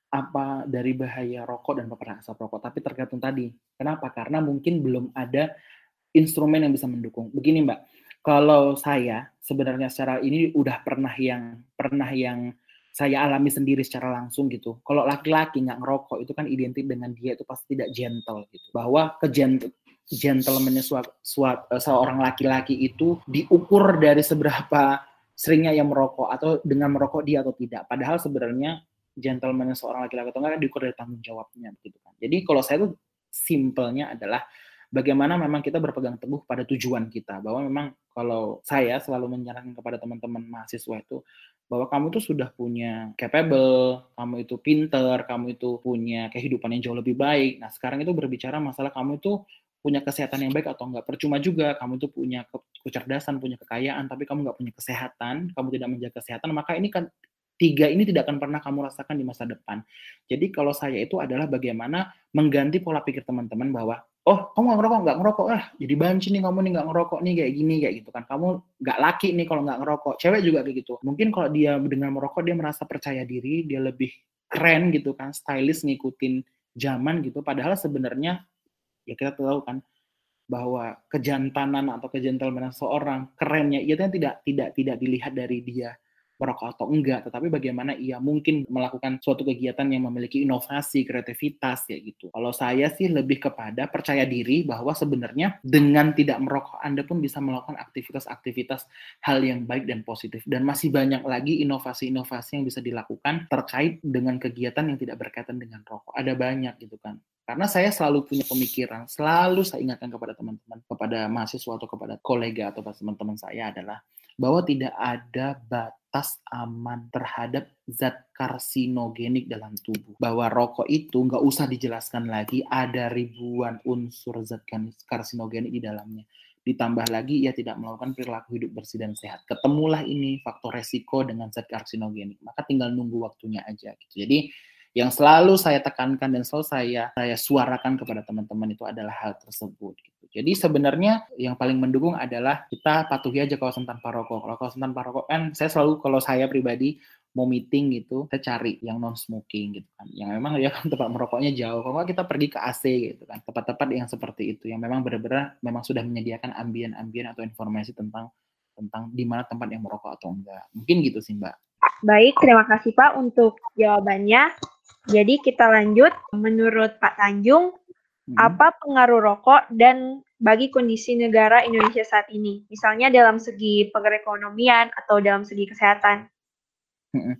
apa dari bahaya rokok dan paparan asap rokok, tapi tergantung tadi. Kenapa? Karena mungkin belum ada instrumen yang bisa mendukung. Begini Mbak, kalau saya sebenarnya secara ini udah pernah yang pernah yang saya alami sendiri secara langsung gitu. Kalau laki-laki nggak ngerokok itu kan identik dengan dia itu pasti tidak gentle gitu. Bahwa kegentle gentleman-nya seorang laki-laki itu diukur dari seberapa seringnya yang merokok atau dengan merokok dia atau tidak. Padahal sebenarnya gentleman-nya seorang laki-laki atau enggak diukur dari tanggung jawabnya gitu kan. Jadi kalau saya tuh simpelnya adalah bagaimana memang kita berpegang teguh pada tujuan kita, bahwa memang kalau saya selalu menyarankan kepada teman-teman mahasiswa itu bahwa kamu itu sudah punya capable, kamu itu pinter, kamu itu punya kehidupan yang jauh lebih baik. Nah sekarang itu berbicara masalah kamu itu punya kesehatan yang baik atau enggak. Percuma juga kamu itu punya kecerdasan, punya kekayaan, tapi kamu enggak punya kesehatan, kamu tidak menjaga kesehatan, maka ini kan tiga ini tidak akan pernah kamu rasakan di masa depan. Jadi kalau saya itu adalah bagaimana mengganti pola pikir teman-teman bahwa oh kamu nggak ngerokok, nggak ngerokok ah jadi banci nih kamu nih nggak ngerokok nih kayak gini kayak gitu kan, kamu nggak laki nih kalau nggak ngerokok. Cewek juga kayak gitu. Mungkin kalau dia dengan merokok dia merasa percaya diri, dia lebih keren gitu kan, stylish ngikutin zaman gitu. Padahal sebenarnya ya kita tahu kan bahwa kejantanan atau kegentlemanan seorang kerennya itu tidak tidak tidak dilihat dari dia merokok atau enggak, tetapi bagaimana ia mungkin melakukan suatu kegiatan yang memiliki inovasi, kreativitas kayak gitu. Kalau saya sih lebih kepada percaya diri bahwa sebenarnya dengan tidak merokok Anda pun bisa melakukan aktivitas-aktivitas hal yang baik dan positif, dan masih banyak lagi inovasi-inovasi yang bisa dilakukan terkait dengan kegiatan yang tidak berkaitan dengan rokok. Ada banyak gitu kan. Karena saya selalu punya pemikiran, selalu saya ingatkan kepada teman-teman, kepada mahasiswa atau kepada kolega atau teman-teman saya adalah bahwa tidak ada batas aman terhadap zat karsinogenik dalam tubuh. Bahwa rokok itu nggak usah dijelaskan lagi, ada ribuan unsur zat karsinogenik di dalamnya. Ditambah lagi ia tidak melakukan perilaku hidup bersih dan sehat. Ketemulah ini faktor resiko dengan zat karsinogenik. Maka tinggal nunggu waktunya aja gitu. Jadi yang selalu saya tekankan dan selalu saya saya suarakan kepada teman-teman itu adalah hal tersebut. Gitu. Jadi sebenarnya yang paling mendukung adalah kita patuhi aja kawasan tanpa rokok. Kalau kawasan tanpa rokok kan saya selalu, kalau saya pribadi mau meeting gitu, saya cari yang non smoking gitu kan. Yang memang ya kan tempat merokoknya jauh. Kalau kita pergi ke A C gitu kan. Tempat-tempat yang seperti itu yang memang benar-benar memang sudah menyediakan ambien-ambien atau informasi tentang tentang di mana tempat yang merokok atau enggak. Mungkin gitu sih, Mbak. Baik, terima kasih Pak untuk jawabannya. Jadi kita lanjut, menurut Pak Tanjung, hmm. apa pengaruh rokok dan bagi kondisi negara Indonesia saat ini? Misalnya dalam segi perekonomian atau dalam segi kesehatan. Hmm.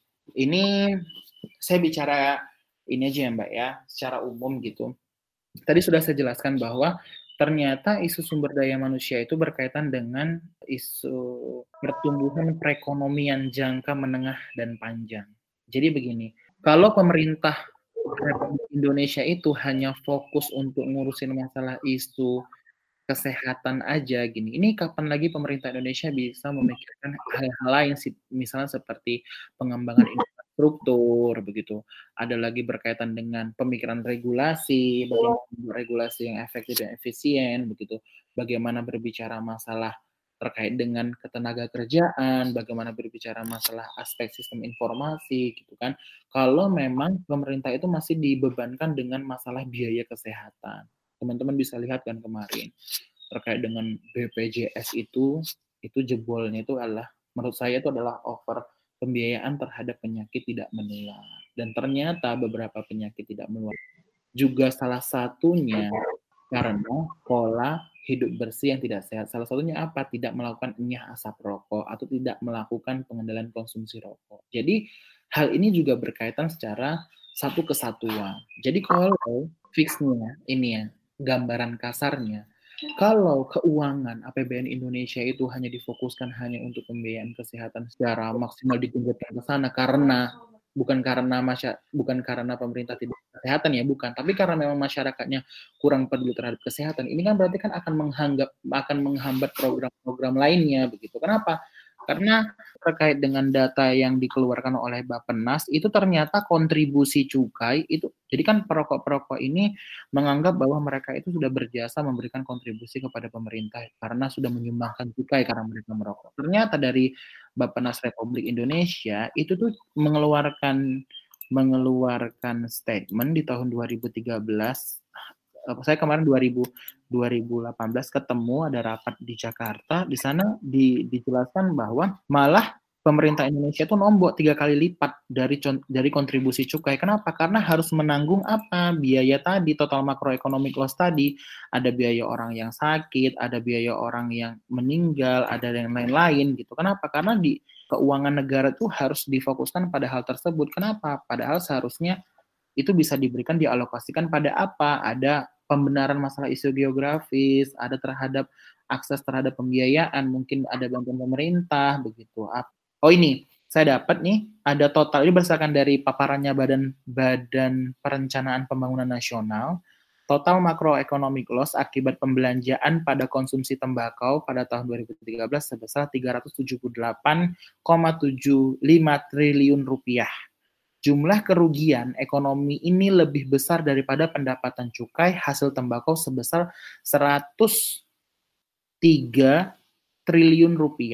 Ini saya bicara ini aja ya Mbak ya, secara umum gitu. Tadi sudah saya jelaskan bahwa ternyata isu sumber daya manusia itu berkaitan dengan isu pertumbuhan perekonomian jangka menengah dan panjang. Jadi begini, kalau pemerintah Republik Indonesia itu hanya fokus untuk ngurusin masalah isu kesehatan aja gini, ini kapan lagi pemerintah Indonesia bisa memikirkan hal-hal lain sih, misalnya seperti pengembangan infrastruktur begitu. Ada lagi berkaitan dengan pemikiran regulasi, bagaimana regulasi yang efektif dan efisien begitu. Bagaimana berbicara masalah terkait dengan ketenaga kerjaan, bagaimana berbicara masalah aspek sistem informasi gitu kan. Kalau memang pemerintah itu masih dibebankan dengan masalah biaya kesehatan. Teman-teman bisa lihat kan kemarin terkait dengan B P J S itu, itu jebolnya itu adalah, menurut saya itu adalah over pembiayaan terhadap penyakit tidak menular. Dan ternyata beberapa penyakit tidak menular juga salah satunya karena pola hidup bersih yang tidak sehat. Salah satunya apa? Tidak melakukan enyah asap rokok atau tidak melakukan pengendalian konsumsi rokok. Jadi hal ini juga berkaitan secara satu kesatuan. Jadi kalau fixnya ini ya, gambaran kasarnya, kalau keuangan A P B N Indonesia itu hanya difokuskan hanya untuk pembiayaan kesehatan secara maksimal ditingkatkan ke sana karena bukan karena masya, bukan karena pemerintah tidak kesehatan ya, bukan, tapi karena memang masyarakatnya kurang peduli terhadap kesehatan. Ini kan berarti kan akan menghanggap akan menghambat program-program lainnya begitu. Kenapa? Karena terkait dengan data yang dikeluarkan oleh Bappenas itu ternyata kontribusi cukai itu, jadi kan perokok-perokok ini menganggap bahwa mereka itu sudah berjasa memberikan kontribusi kepada pemerintah karena sudah menyumbangkan cukai karena mereka merokok. Ternyata dari Bappenas Republik Indonesia itu tuh mengeluarkan mengeluarkan statement di tahun dua ribu tiga belas. Saya kemarin dua ribu, dua ribu delapan belas ketemu ada rapat di Jakarta, di sana di, dijelaskan bahwa malah pemerintah Indonesia itu nombok tiga kali lipat dari dari kontribusi cukai. Kenapa? Karena harus menanggung apa? Biaya tadi, total makroeconomic loss tadi, ada biaya orang yang sakit, ada biaya orang yang meninggal, ada yang lain-lain gitu. Kenapa? Karena di keuangan negara itu harus difokuskan pada hal tersebut. Kenapa? Padahal seharusnya itu bisa diberikan, dialokasikan pada apa? Ada pembenaran masalah isu geografis, ada terhadap akses terhadap pembiayaan, mungkin ada bantuan pemerintah, begitu. Oh ini, saya dapat nih, ada total, ini berdasarkan dari paparannya Badan Badan Perencanaan Pembangunan Nasional, total makroeconomic loss akibat pembelanjaan pada konsumsi tembakau pada tahun dua ribu tiga belas sebesar tiga ratus tujuh puluh delapan koma tujuh lima triliun rupiah. Jumlah kerugian ekonomi ini lebih besar daripada pendapatan cukai hasil tembakau sebesar seratus tiga triliun rupiah.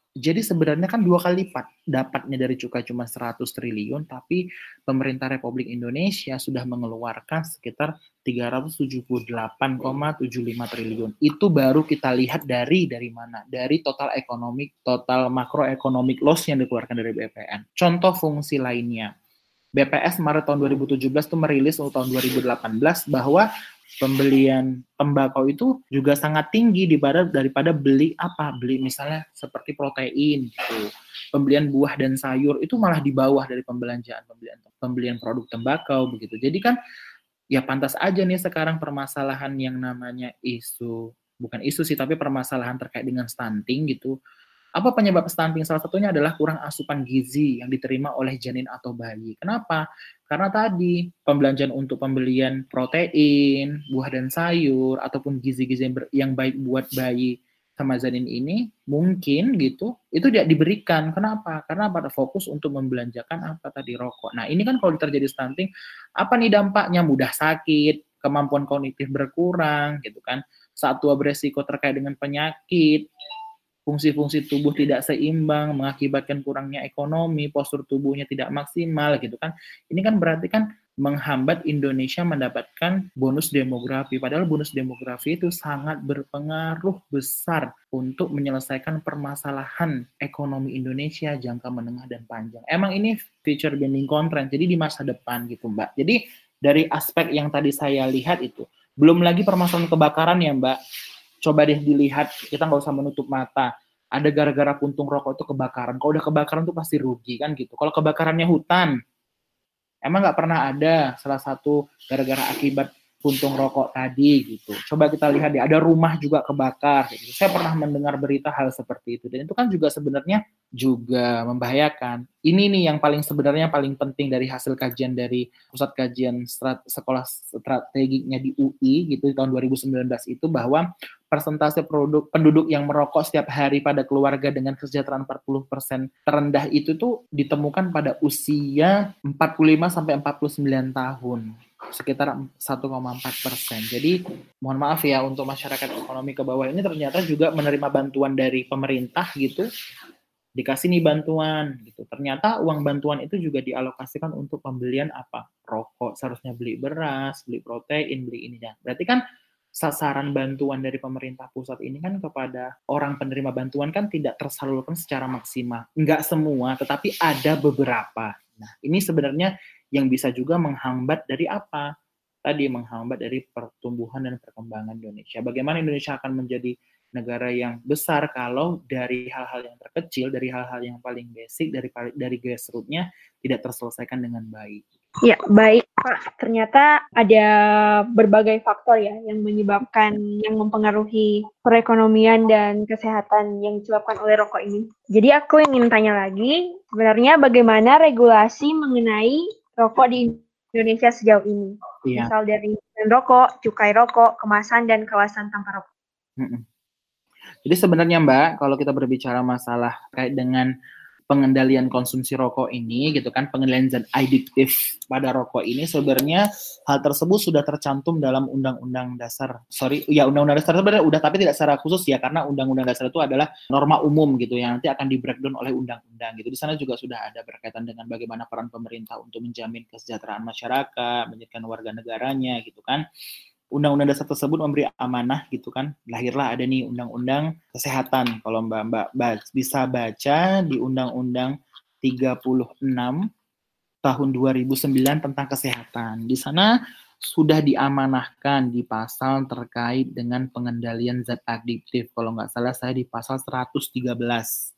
Jadi sebenarnya kan dua kali lipat dapatnya dari cukai cuma seratus triliun, tapi pemerintah Republik Indonesia sudah mengeluarkan sekitar tiga ratus tujuh puluh delapan koma tujuh lima triliun. Itu baru kita lihat dari dari mana? Dari total ekonomi, total makroeconomic loss yang dikeluarkan dari B P N. Contoh fungsi lainnya. B P S Maret tahun dua ribu tujuh belas itu merilis untuk tahun dua ribu delapan belas bahwa pembelian tembakau itu juga sangat tinggi daripada daripada beli apa beli misalnya seperti protein gitu, pembelian buah dan sayur itu malah di bawah dari pembelanjaan pembelian pembelian produk tembakau begitu. Jadi kan ya pantas aja nih sekarang permasalahan yang namanya isu, bukan isu sih tapi permasalahan terkait dengan stunting gitu. Apa penyebab stunting? Salah satunya adalah kurang asupan gizi yang diterima oleh janin atau bayi. Kenapa? Karena tadi pembelanjaan untuk pembelian protein, buah dan sayur, ataupun gizi-gizi yang, ber, yang baik buat bayi sama janin ini mungkin gitu, itu tidak diberikan. Kenapa? Karena pada fokus untuk membelanjakan apa tadi rokok. Nah ini kan kalau terjadi stunting, apa nih dampaknya? Mudah sakit, kemampuan kognitif berkurang, gitu kan? Saat tua beresiko terkait dengan penyakit, fungsi-fungsi tubuh tidak seimbang, mengakibatkan kurangnya ekonomi, postur tubuhnya tidak maksimal gitu kan. Ini kan berarti kan menghambat Indonesia mendapatkan bonus demografi. Padahal bonus demografi itu sangat berpengaruh besar untuk menyelesaikan permasalahan ekonomi Indonesia jangka menengah dan panjang. Emang ini future bending constraint, jadi di masa depan gitu Mbak. Jadi dari aspek yang tadi saya lihat itu, belum lagi permasalahan kebakaran ya Mbak. Coba deh dilihat, kita nggak usah menutup mata. Ada gara-gara puntung rokok itu kebakaran. Kalau udah kebakaran tuh pasti rugi kan gitu. Kalau kebakarannya hutan, emang nggak pernah ada salah satu gara-gara akibat puntung rokok tadi gitu. Coba kita lihat deh, ada rumah juga kebakar. Gitu. Saya pernah mendengar berita hal seperti itu. Dan itu kan juga sebenarnya juga membahayakan. Ini nih yang paling sebenarnya paling penting dari hasil kajian dari Pusat Kajian Strat- Sekolah Strategiknya di U I gitu di tahun dua ribu sembilan belas itu bahwa persentase produk penduduk yang merokok setiap hari pada keluarga dengan kesejahteraan empat puluh persen terendah itu tuh ditemukan pada usia empat puluh lima sampai empat puluh sembilan tahun, sekitar satu koma empat persen. Jadi mohon maaf ya untuk masyarakat ekonomi ke bawah ini ternyata juga menerima bantuan dari pemerintah gitu. Dikasih nih bantuan gitu. Ternyata uang bantuan itu juga dialokasikan untuk pembelian apa? Rokok. Seharusnya beli beras, beli protein, beli ini ya. Berarti kan sasaran bantuan dari pemerintah pusat ini kan kepada orang penerima bantuan kan tidak tersalurkan secara maksimal. Enggak semua, tetapi ada beberapa. Nah, ini sebenarnya yang bisa juga menghambat dari apa? Tadi menghambat dari pertumbuhan dan perkembangan Indonesia. Bagaimana Indonesia akan menjadi negara yang besar kalau dari hal-hal yang terkecil, dari hal-hal yang paling basic, dari dari grassroots-nya tidak terselesaikan dengan baik. Ya, baik Pak. Ternyata ada berbagai faktor ya yang menyebabkan, yang mempengaruhi perekonomian dan kesehatan yang disebabkan oleh rokok ini. Jadi aku ingin tanya lagi, sebenarnya bagaimana regulasi mengenai rokok di Indonesia sejauh ini? Iya. Misal dari rokok, cukai rokok, kemasan, dan kawasan tanpa rokok. Mm-mm. Jadi sebenarnya Mbak, kalau kita berbicara masalah terkait dengan pengendalian konsumsi rokok ini gitu kan, pengendalian zat adiktif pada rokok ini sebenarnya hal tersebut sudah tercantum dalam Undang-Undang Dasar. Sorry, ya Undang-Undang Dasar sebenarnya udah, tapi tidak secara khusus ya, karena Undang-Undang Dasar itu adalah norma umum gitu yang nanti akan di-breakdown oleh undang-undang gitu. Di sana juga sudah ada berkaitan dengan bagaimana peran pemerintah untuk menjamin kesejahteraan masyarakat, menjadikan warga negaranya gitu kan. Undang-undang dasar tersebut memberi amanah gitu kan, lahirlah ada nih undang-undang kesehatan. Kalau Mbak Mbak bisa baca di Undang-Undang tiga puluh enam tahun dua ribu sembilan tentang kesehatan. Di sana sudah diamanahkan di pasal terkait dengan pengendalian zat adiktif. Kalau nggak salah saya di pasal seratus tiga belas.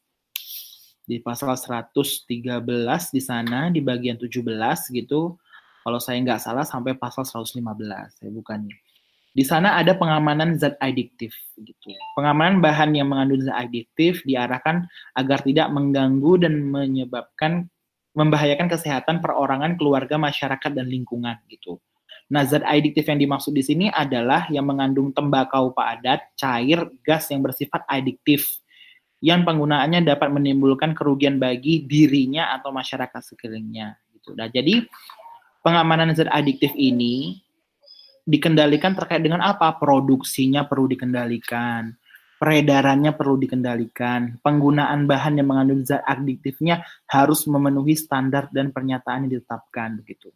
Di pasal seratus tiga belas di sana di bagian tujuh belas gitu. Kalau saya nggak salah sampai pasal seratus lima belas, saya bukannya. Di sana ada pengamanan zat adiktif gitu. Pengamanan bahan yang mengandung zat adiktif diarahkan agar tidak mengganggu dan menyebabkan membahayakan kesehatan perorangan, keluarga, masyarakat dan lingkungan gitu. Nah, zat adiktif yang dimaksud di sini adalah yang mengandung tembakau padat, cair, gas yang bersifat adiktif yang penggunaannya dapat menimbulkan kerugian bagi dirinya atau masyarakat sekelilingnya gitu. Nah, jadi pengamanan zat adiktif ini dikendalikan terkait dengan apa? Produksinya perlu dikendalikan. peredarannya perlu dikendalikan, penggunaan bahan yang mengandung zat adiktifnya harus memenuhi standar dan pernyataan yang ditetapkan begitu.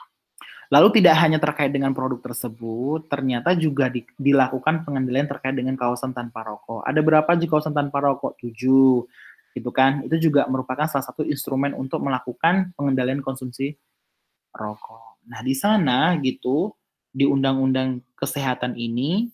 Lalu tidak hanya terkait dengan produk tersebut, ternyata juga di, dilakukan pengendalian terkait dengan kawasan tanpa rokok. Ada berapa sih kawasan tanpa rokok? Tujuh, gitu kan? Itu juga merupakan salah satu instrumen untuk melakukan pengendalian konsumsi rokok. Nah, di sana gitu, di Undang-Undang Kesehatan ini,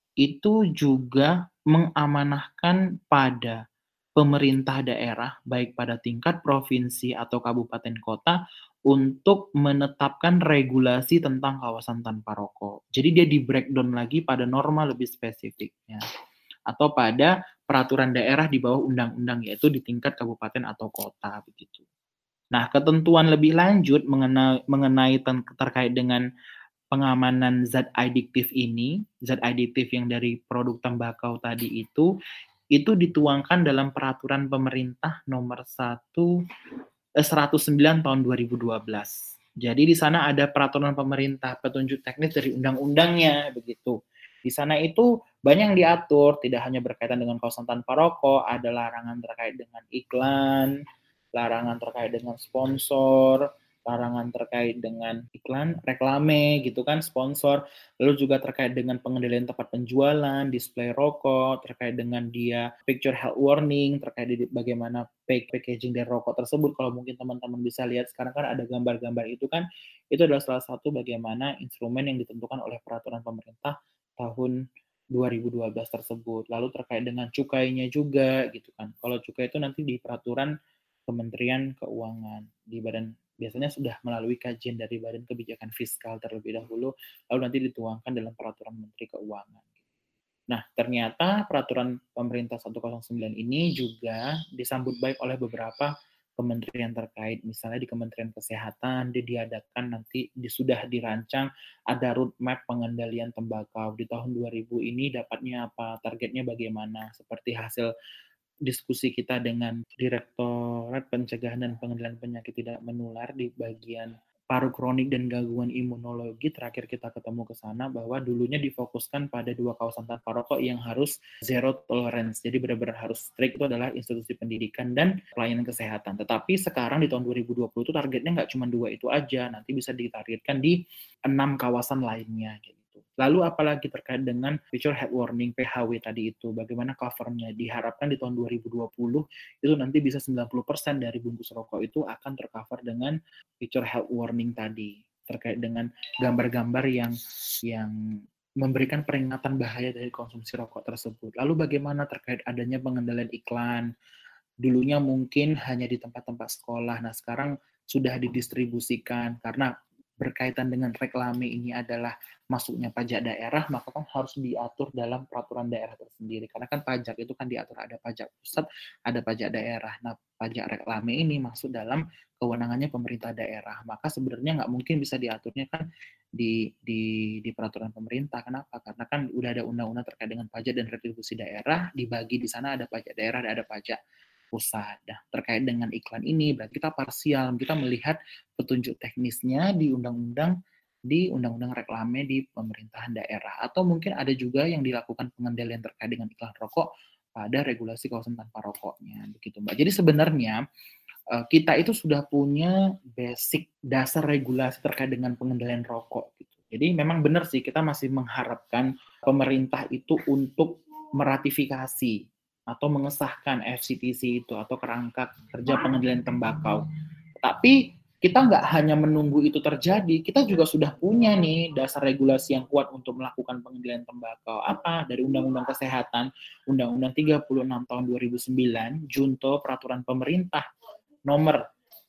itu juga mengamanahkan pada pemerintah daerah, baik pada tingkat provinsi atau kabupaten kota, untuk menetapkan regulasi tentang kawasan tanpa rokok. Jadi dia di breakdown lagi pada norma lebih spesifiknya. Atau pada peraturan daerah di bawah undang-undang, yaitu di tingkat kabupaten atau kota begitu. Nah, ketentuan lebih lanjut mengenai, mengenai ten, terkait dengan pengamanan zat adiktif ini, zat adiktif yang dari produk tembakau tadi itu, itu dituangkan dalam peraturan pemerintah nomor satu seratus sembilan tahun dua ribu dua belas. Jadi di sana ada peraturan pemerintah, petunjuk teknis dari undang-undangnya begitu. Di sana itu banyak yang diatur, tidak hanya berkaitan dengan kawasan tanpa rokok, ada larangan terkait dengan iklan, larangan terkait dengan sponsor, larangan terkait dengan iklan, reklame gitu kan, sponsor, lalu juga terkait dengan pengendalian tempat penjualan, display rokok, terkait dengan dia picture health warning, terkait bagaimana packaging dari rokok tersebut. Kalau mungkin teman-teman bisa lihat sekarang kan ada gambar-gambar itu kan, itu adalah salah satu bagaimana instrumen yang ditentukan oleh peraturan pemerintah tahun dua ribu dua belas tersebut. Lalu terkait dengan cukainya juga gitu kan. Kalau cukai itu nanti di peraturan Kementerian Keuangan, di badan biasanya sudah melalui kajian dari Badan Kebijakan Fiskal terlebih dahulu, lalu nanti dituangkan dalam peraturan Menteri Keuangan. Nah, ternyata peraturan pemerintah seratus sembilan ini juga disambut baik oleh beberapa kementerian terkait. Misalnya di Kementerian Kesehatan, dia diadakan nanti di, sudah dirancang ada roadmap pengendalian tembakau. Di tahun dua ribu ini dapatnya apa, targetnya bagaimana, seperti hasil diskusi kita dengan Direktorat Pencegahan dan Pengendalian Penyakit Tidak Menular di bagian paru kronik dan gangguan imunologi. Terakhir kita ketemu ke sana bahwa dulunya difokuskan pada dua kawasan tanpa rokok yang harus zero tolerance. Jadi benar-benar harus strict, itu adalah institusi pendidikan dan pelayanan kesehatan. Tetapi sekarang di tahun dua ribu dua puluh itu targetnya nggak cuma dua itu aja, nanti bisa ditargetkan di enam kawasan lainnya gitu. Lalu apalagi terkait dengan picture health warning P H W tadi itu, bagaimana covernya, diharapkan di tahun dua ribu dua puluh itu nanti bisa sembilan puluh persen dari bungkus rokok itu akan tercover dengan picture health warning tadi, terkait dengan gambar-gambar yang yang memberikan peringatan bahaya dari konsumsi rokok tersebut. Lalu bagaimana terkait adanya pengendalian iklan, dulunya mungkin hanya di tempat-tempat sekolah, nah sekarang sudah didistribusikan karena berkaitan dengan reklame ini adalah masuknya pajak daerah, maka kan harus diatur dalam peraturan daerah tersendiri. Karena kan pajak itu kan diatur, ada pajak pusat, ada pajak daerah. Nah, pajak reklame ini masuk dalam kewenangannya pemerintah daerah. Maka sebenarnya nggak mungkin bisa diaturnya kan di, di, di peraturan pemerintah. Kenapa? Karena kan udah ada undang-undang terkait dengan pajak dan retribusi daerah, dibagi di sana ada pajak daerah, ada pajak pusat. Nah, terkait dengan iklan ini berarti kita parsial, kita melihat petunjuk teknisnya di undang-undang di undang-undang reklame di pemerintahan daerah, atau mungkin ada juga yang dilakukan pengendalian terkait dengan iklan rokok pada regulasi kawasan tanpa rokoknya begitu Mbak. Jadi sebenarnya kita itu sudah punya basic dasar regulasi terkait dengan pengendalian rokok gitu. Jadi memang benar sih kita masih mengharapkan pemerintah itu untuk meratifikasi atau mengesahkan F C T C itu atau kerangka kerja pengendalian tembakau. Tapi kita nggak hanya menunggu itu terjadi, kita juga sudah punya nih dasar regulasi yang kuat untuk melakukan pengendalian tembakau. Apa? Dari Undang-Undang Kesehatan, Undang-Undang tiga puluh enam tahun dua ribu sembilan, Junto Peraturan Pemerintah nomor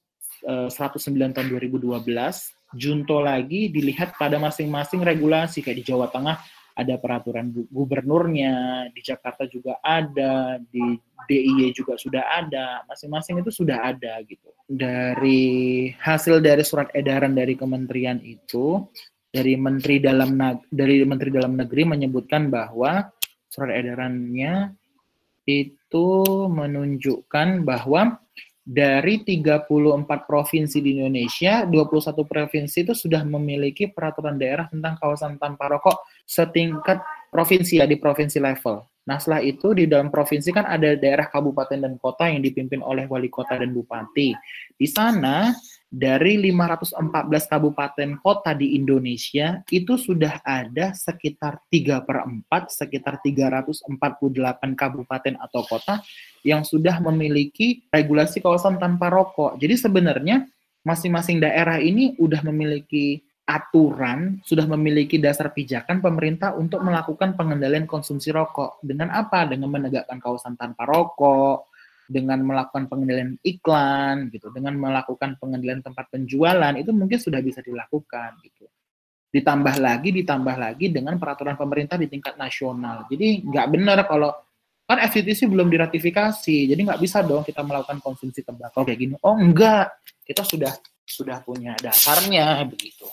eh, seratus sembilan tahun dua ribu dua belas, Junto lagi dilihat pada masing-masing regulasi, kayak di Jawa Tengah ada peraturan gubernurnya, di Jakarta juga ada, di D I Y juga sudah ada, masing-masing itu sudah ada gitu. Dari hasil dari surat edaran dari kementerian itu, dari Menteri Dalam dari Menteri Dalam Negeri menyebutkan bahwa surat edarannya itu menunjukkan bahwa dari tiga puluh empat provinsi di Indonesia, dua puluh satu provinsi itu sudah memiliki peraturan daerah tentang kawasan tanpa rokok setingkat provinsi ya, di provinsi level. Nah, setelah itu di dalam provinsi kan ada daerah kabupaten dan kota yang dipimpin oleh wali kota dan bupati. Di sana dari lima ratus empat belas kabupaten kota di Indonesia itu sudah ada sekitar tiga per empat, sekitar tiga ratus empat puluh delapan kabupaten atau kota yang sudah memiliki regulasi kawasan tanpa rokok. Jadi sebenarnya masing-masing daerah ini udah memiliki aturan, sudah memiliki dasar pijakan pemerintah untuk melakukan pengendalian konsumsi rokok. Dengan apa? Dengan menegakkan kawasan tanpa rokok, dengan melakukan pengendalian iklan, gitu, dengan melakukan pengendalian tempat penjualan, itu mungkin sudah bisa dilakukan. Gitu. Ditambah lagi, ditambah lagi dengan peraturan pemerintah di tingkat nasional. Jadi nggak benar kalau kan F C T C belum diratifikasi, jadi nggak bisa dong kita melakukan konsumsi tembakau kayak gini. Oh enggak, kita sudah sudah punya dasarnya begitu.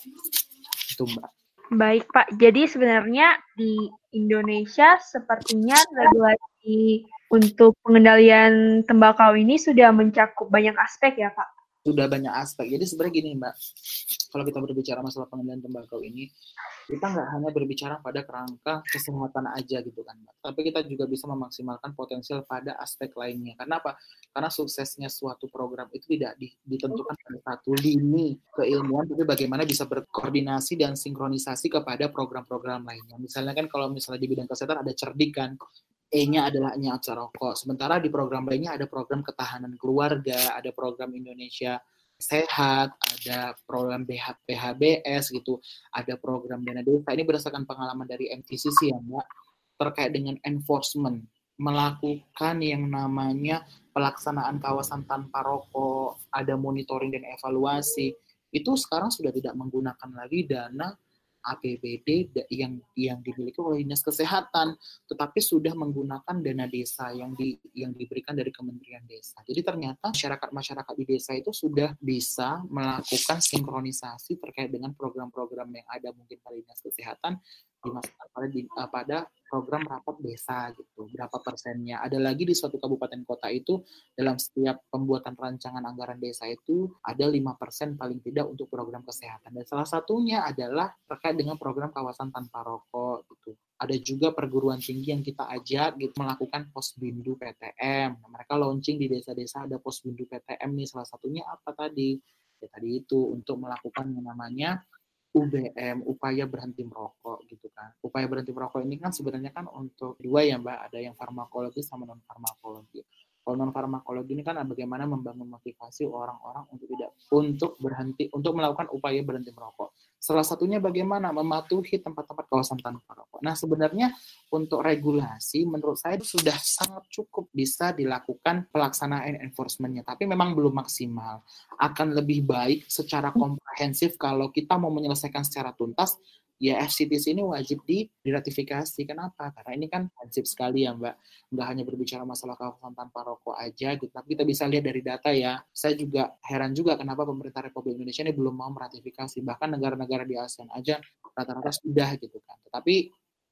Itu Mbak. Baik Pak, jadi sebenarnya di Indonesia sepertinya regulasi untuk pengendalian tembakau ini sudah mencakup banyak aspek ya Pak? Sudah banyak aspek. Jadi sebenarnya gini Mbak, kalau kita berbicara masalah pengendalian tembakau ini, kita nggak hanya berbicara pada kerangka kesehatan aja gitu kan Mbak, tapi kita juga bisa memaksimalkan potensial pada aspek lainnya. Karena apa? Karena suksesnya suatu program itu tidak ditentukan pada satu lini keilmuan, tapi bagaimana bisa berkoordinasi dan sinkronisasi kepada program-program lainnya. Misalnya kan kalau misalnya di bidang kesehatan ada cerdik kan, E-nya adalah nyata rokok. Sementara di program lainnya ada program ketahanan keluarga, ada program Indonesia Sehat, ada program P H B S gitu, ada program dana desa. Ini berdasarkan pengalaman dari M T C C ya Mbak, terkait dengan enforcement, melakukan yang namanya pelaksanaan kawasan tanpa rokok, ada monitoring dan evaluasi. Itu sekarang sudah tidak menggunakan lagi dana A P B D yang yang dimiliki oleh Dinas Kesehatan, tetapi sudah menggunakan dana desa yang di yang diberikan dari Kementerian Desa. Jadi ternyata masyarakat-masyarakat di desa itu sudah bisa melakukan sinkronisasi terkait dengan program-program yang ada mungkin pada Dinas Kesehatan dimasukkan pada di, pada program rapat desa gitu. Berapa persennya? Ada lagi di suatu kabupaten kota itu dalam setiap pembuatan rancangan anggaran desa itu ada lima persen paling tidak untuk program kesehatan. Dan salah satunya adalah terkait dengan program kawasan tanpa rokok gitu. Ada juga perguruan tinggi yang kita ajak gitu melakukan posbindu P T M. Nah, mereka launching di desa-desa ada posbindu P T M nih, salah satunya apa tadi? Ya tadi itu untuk melakukan yang namanya U B M, upaya berhenti merokok gitu kan. Upaya berhenti merokok ini kan sebenarnya kan untuk dua ya Mbak, ada yang farmakologi sama non farmakologi. Kalau non farmakologi ini kan bagaimana membangun motivasi orang-orang untuk tidak untuk berhenti untuk melakukan upaya berhenti merokok. Salah satunya bagaimana mematuhi tempat-tempat kawasan tanpa rokok. Nah, sebenarnya untuk regulasi menurut saya sudah sangat cukup bisa dilakukan pelaksanaan enforcement-nya, tapi memang belum maksimal. Akan lebih baik secara komprehensif kalau kita mau menyelesaikan secara tuntas, ya F C T C ini wajib di, diratifikasi. Kenapa? Karena ini kan wajib sekali ya Mbak. Nggak hanya berbicara masalah kawasan tanpa rokok aja, gitu. Tapi kita bisa lihat dari data ya. Saya juga heran juga kenapa pemerintah Republik Indonesia ini belum mau meratifikasi. Bahkan negara-negara di ASEAN aja rata-rata sudah gitu kan. Tetapi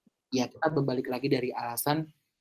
ya kita berbalik lagi dari alasan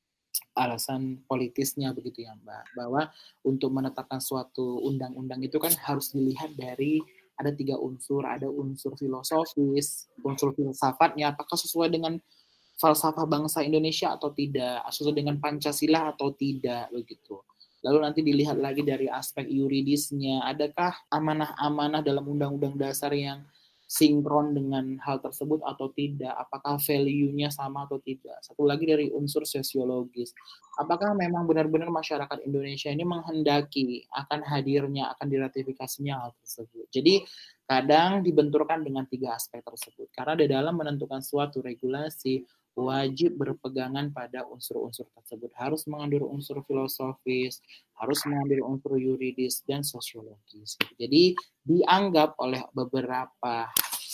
alasan politisnya begitu ya Mbak. Bahwa untuk menetapkan suatu undang-undang itu kan harus dilihat dari ada tiga unsur, ada unsur filosofis, unsur filsafatnya, apakah sesuai dengan falsafah bangsa Indonesia atau tidak, sesuai dengan Pancasila atau tidak, begitu. Lalu nanti dilihat lagi dari aspek yuridisnya, adakah amanah-amanah dalam undang-undang dasar yang sinkron dengan hal tersebut atau tidak, apakah value-nya sama atau tidak. Satu lagi dari unsur sosiologis, apakah memang benar-benar masyarakat Indonesia ini menghendaki akan hadirnya, akan diratifikasinya hal tersebut. Jadi kadang dibenturkan dengan tiga aspek tersebut, karena di dalam menentukan suatu regulasi wajib berpegangan pada unsur-unsur tersebut, harus mengandung unsur filosofis, harus mengandung unsur yuridis dan sosiologis. Jadi dianggap oleh beberapa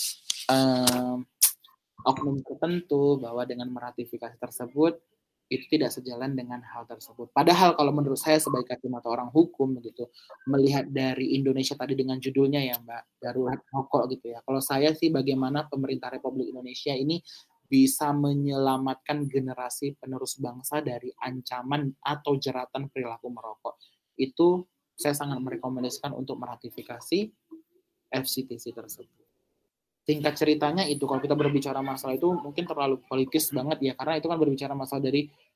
um, oknum tertentu bahwa dengan meratifikasi tersebut itu tidak sejalan dengan hal tersebut. Padahal kalau menurut saya sebagai kacamata orang hukum begitu, melihat dari Indonesia tadi dengan judulnya ya Mbak, darurat rokok gitu ya. Kalau saya sih bagaimana pemerintah Republik Indonesia ini bisa menyelamatkan generasi penerus bangsa dari ancaman atau jeratan perilaku merokok. Itu saya sangat merekomendasikan untuk meratifikasi F C T C tersebut. Singkat ceritanya itu, kalau kita berbicara masalah itu mungkin terlalu politis banget ya, karena itu kan berbicara masalah dari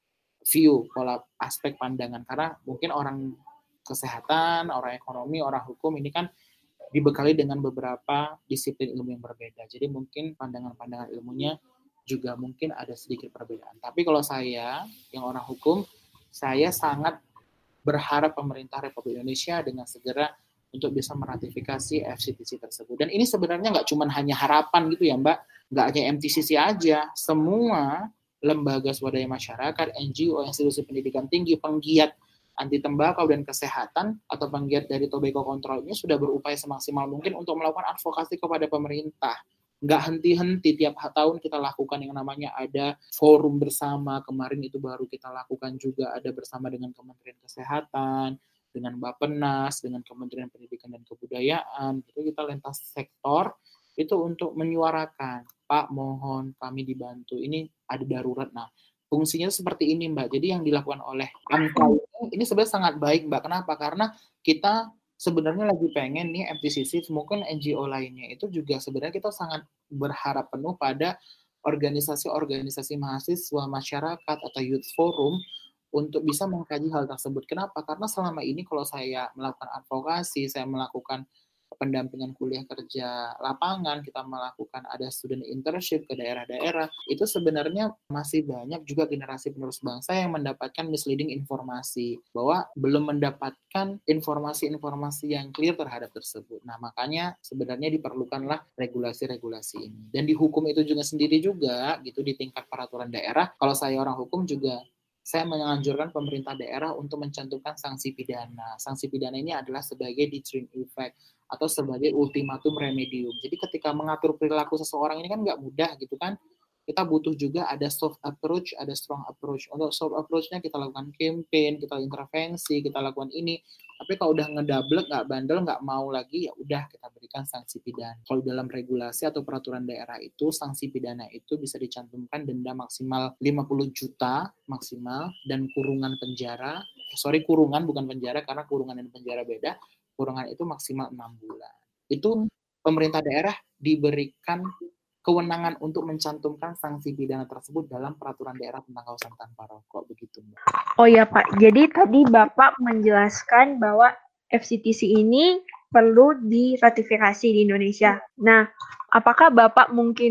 view, pola aspek pandangan. Karena mungkin orang kesehatan, orang ekonomi, orang hukum ini kan dibekali dengan beberapa disiplin ilmu yang berbeda. Jadi mungkin pandangan-pandangan ilmunya juga mungkin ada sedikit perbedaan. Tapi kalau saya, yang orang hukum, saya sangat berharap pemerintah Republik Indonesia dengan segera untuk bisa meratifikasi F C T C tersebut. Dan ini sebenarnya nggak cuma hanya harapan gitu ya Mbak, nggak hanya M T C C aja, semua lembaga swadaya masyarakat, N G O, institusi pendidikan tinggi, penggiat anti tembakau dan kesehatan atau penggiat dari tobacco control ini sudah berupaya semaksimal mungkin untuk melakukan advokasi kepada pemerintah. Nggak henti-henti, tiap tahun kita lakukan yang namanya ada forum bersama, kemarin itu baru kita lakukan juga ada bersama dengan Kementerian Kesehatan, dengan Bappenas, dengan Kementerian Pendidikan dan Kebudayaan, itu kita lintas sektor, itu untuk menyuarakan, Pak mohon kami dibantu, ini ada darurat. Nah, fungsinya seperti ini Mbak, jadi yang dilakukan oleh M K ini, ini sebenarnya sangat baik Mbak, kenapa? Karena kita sebenarnya lagi pengen nih M T C C, mungkin N G O lainnya itu juga sebenarnya kita sangat berharap penuh pada organisasi-organisasi mahasiswa, masyarakat, atau youth forum untuk bisa mengkaji hal tersebut. Kenapa? Karena selama ini kalau saya melakukan advokasi, saya melakukan pendampingan kuliah kerja lapangan, kita melakukan ada student internship ke daerah-daerah, itu sebenarnya masih banyak juga generasi penerus bangsa yang mendapatkan misleading informasi, bahwa belum mendapatkan informasi-informasi yang clear terhadap tersebut. Nah, makanya sebenarnya diperlukanlah regulasi-regulasi ini. Dan di hukum itu juga sendiri juga, gitu, di tingkat peraturan daerah, kalau saya orang hukum juga, saya menganjurkan pemerintah daerah untuk mencantumkan sanksi pidana. Sanksi pidana ini adalah sebagai deterrent effect atau sebagai ultimatum remedium. Jadi ketika mengatur perilaku seseorang ini kan nggak mudah gitu kan. Kita butuh juga ada soft approach, ada strong approach. Untuk soft approach-nya kita lakukan campaign, kita intervensi, kita lakukan ini. Tapi kalau udah ngedablek, nggak bandel, nggak mau lagi, ya udah kita berikan sanksi pidana. Kalau dalam regulasi atau peraturan daerah itu, sanksi pidana itu bisa dicantumkan denda maksimal lima puluh juta maksimal dan kurungan penjara. Sorry, kurungan bukan penjara, karena kurungan dan penjara beda. Kurungan itu maksimal enam bulan. Itu pemerintah daerah diberikan kewenangan untuk mencantumkan sanksi pidana tersebut dalam peraturan daerah tentang kawasan tanpa rokok, begitu Mbak. Oh ya Pak, jadi tadi Bapak menjelaskan bahwa F C T C ini perlu diratifikasi di Indonesia. Nah, apakah Bapak mungkin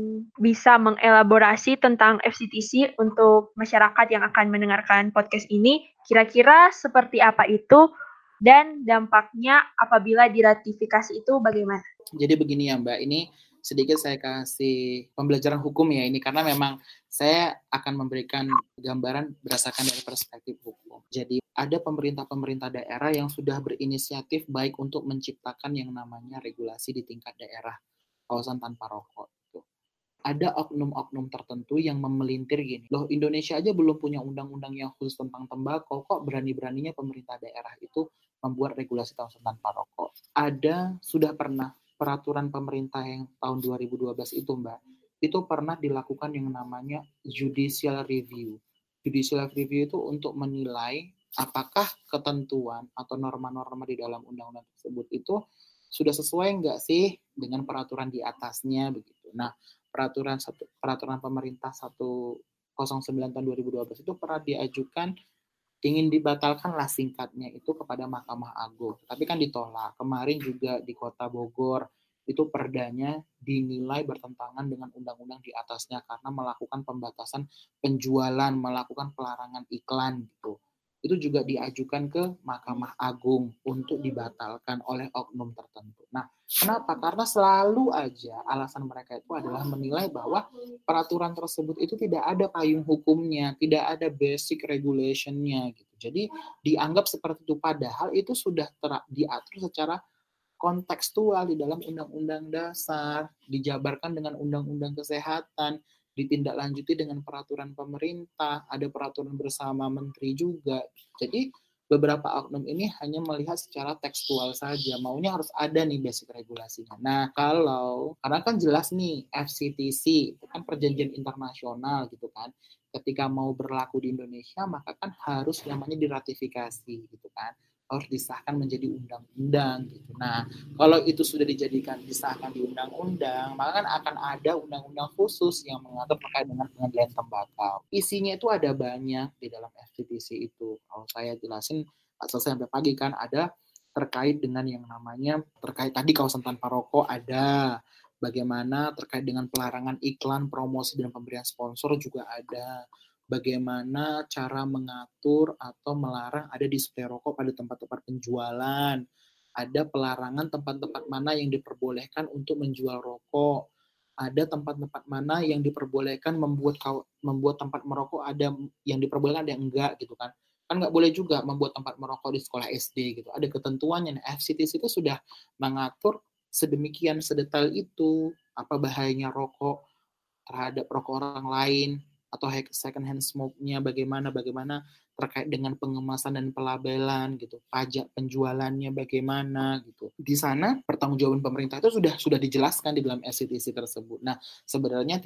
bisa mengelaborasi tentang F C T C untuk masyarakat yang akan mendengarkan podcast ini? Kira-kira seperti apa itu dan dampaknya apabila diratifikasi itu bagaimana? Jadi begini ya Mbak, ini sedikit saya kasih pembelajaran hukum ya ini, karena memang saya akan memberikan gambaran berdasarkan dari perspektif hukum. Jadi ada pemerintah-pemerintah daerah yang sudah berinisiatif baik untuk menciptakan yang namanya regulasi di tingkat daerah kawasan tanpa rokok. Ada oknum-oknum tertentu yang memelintir gini, loh Indonesia aja belum punya undang-undang yang khusus tentang tembakau, kok berani-beraninya pemerintah daerah itu membuat regulasi kawasan tanpa rokok. Ada, sudah pernah peraturan pemerintah yang tahun dua ribu dua belas itu Mbak, itu pernah dilakukan yang namanya judicial review. Judicial review itu untuk menilai apakah ketentuan atau norma-norma di dalam undang-undang tersebut itu sudah sesuai nggak sih dengan peraturan di atasnya begitu. Nah, peraturan satu peraturan pemerintah seratus sembilan tahun dua ribu dua belas itu pernah diajukan ingin dibatalkan lah singkatnya itu kepada Mahkamah Agung, tapi kan ditolak. Kemarin juga di Kota Bogor itu perdanya dinilai bertentangan dengan undang-undang di atasnya karena melakukan pembatasan penjualan, melakukan pelarangan iklan gitu. Itu juga diajukan ke Mahkamah Agung untuk dibatalkan oleh oknum tertentu. Nah, kenapa? Karena selalu aja alasan mereka itu adalah menilai bahwa peraturan tersebut itu tidak ada payung hukumnya, tidak ada basic regulation-nya gitu. Jadi dianggap seperti itu, padahal itu sudah ter- diatur secara kontekstual di dalam Undang-Undang Dasar, dijabarkan dengan Undang-Undang Kesehatan, ditindaklanjuti dengan peraturan pemerintah, ada peraturan bersama menteri juga. Jadi beberapa oknum ini hanya melihat secara tekstual saja, maunya harus ada nih basic regulasinya. Nah, kalau, karena kan jelas nih F C T C, itu kan perjanjian internasional gitu kan, ketika mau berlaku di Indonesia, maka kan harus namanya diratifikasi gitu kan. harus disahkan menjadi undang-undang gitu. Nah, kalau itu sudah dijadikan disahkan di undang-undang, maka kan akan ada undang-undang khusus yang mengatur terkait dengan pengendalian tembakau. Isinya itu ada banyak di dalam F C T C itu. Kalau saya jelasin selesai sampai pagi kan ada terkait dengan yang namanya terkait tadi kawasan tanpa rokok ada, bagaimana terkait dengan pelarangan iklan, promosi dan pemberian sponsor juga ada. Bagaimana cara mengatur atau melarang ada display rokok pada tempat-tempat penjualan. Ada pelarangan tempat-tempat mana yang diperbolehkan untuk menjual rokok. Ada tempat-tempat mana yang diperbolehkan membuat membuat tempat merokok, ada yang diperbolehkan ada yang enggak gitu kan. Kan nggak boleh juga membuat tempat merokok di sekolah S D gitu. Ada ketentuannya. Nah, F C T C itu sudah mengatur sedemikian sedetail itu apa bahayanya rokok terhadap rokok orang lain atau second hand smoke-nya bagaimana, bagaimana terkait dengan pengemasan dan pelabelan gitu, pajak penjualannya bagaimana gitu. Di sana pertanggungjawaban pemerintah itu sudah sudah dijelaskan di dalam F C T C tersebut. Nah, sebenarnya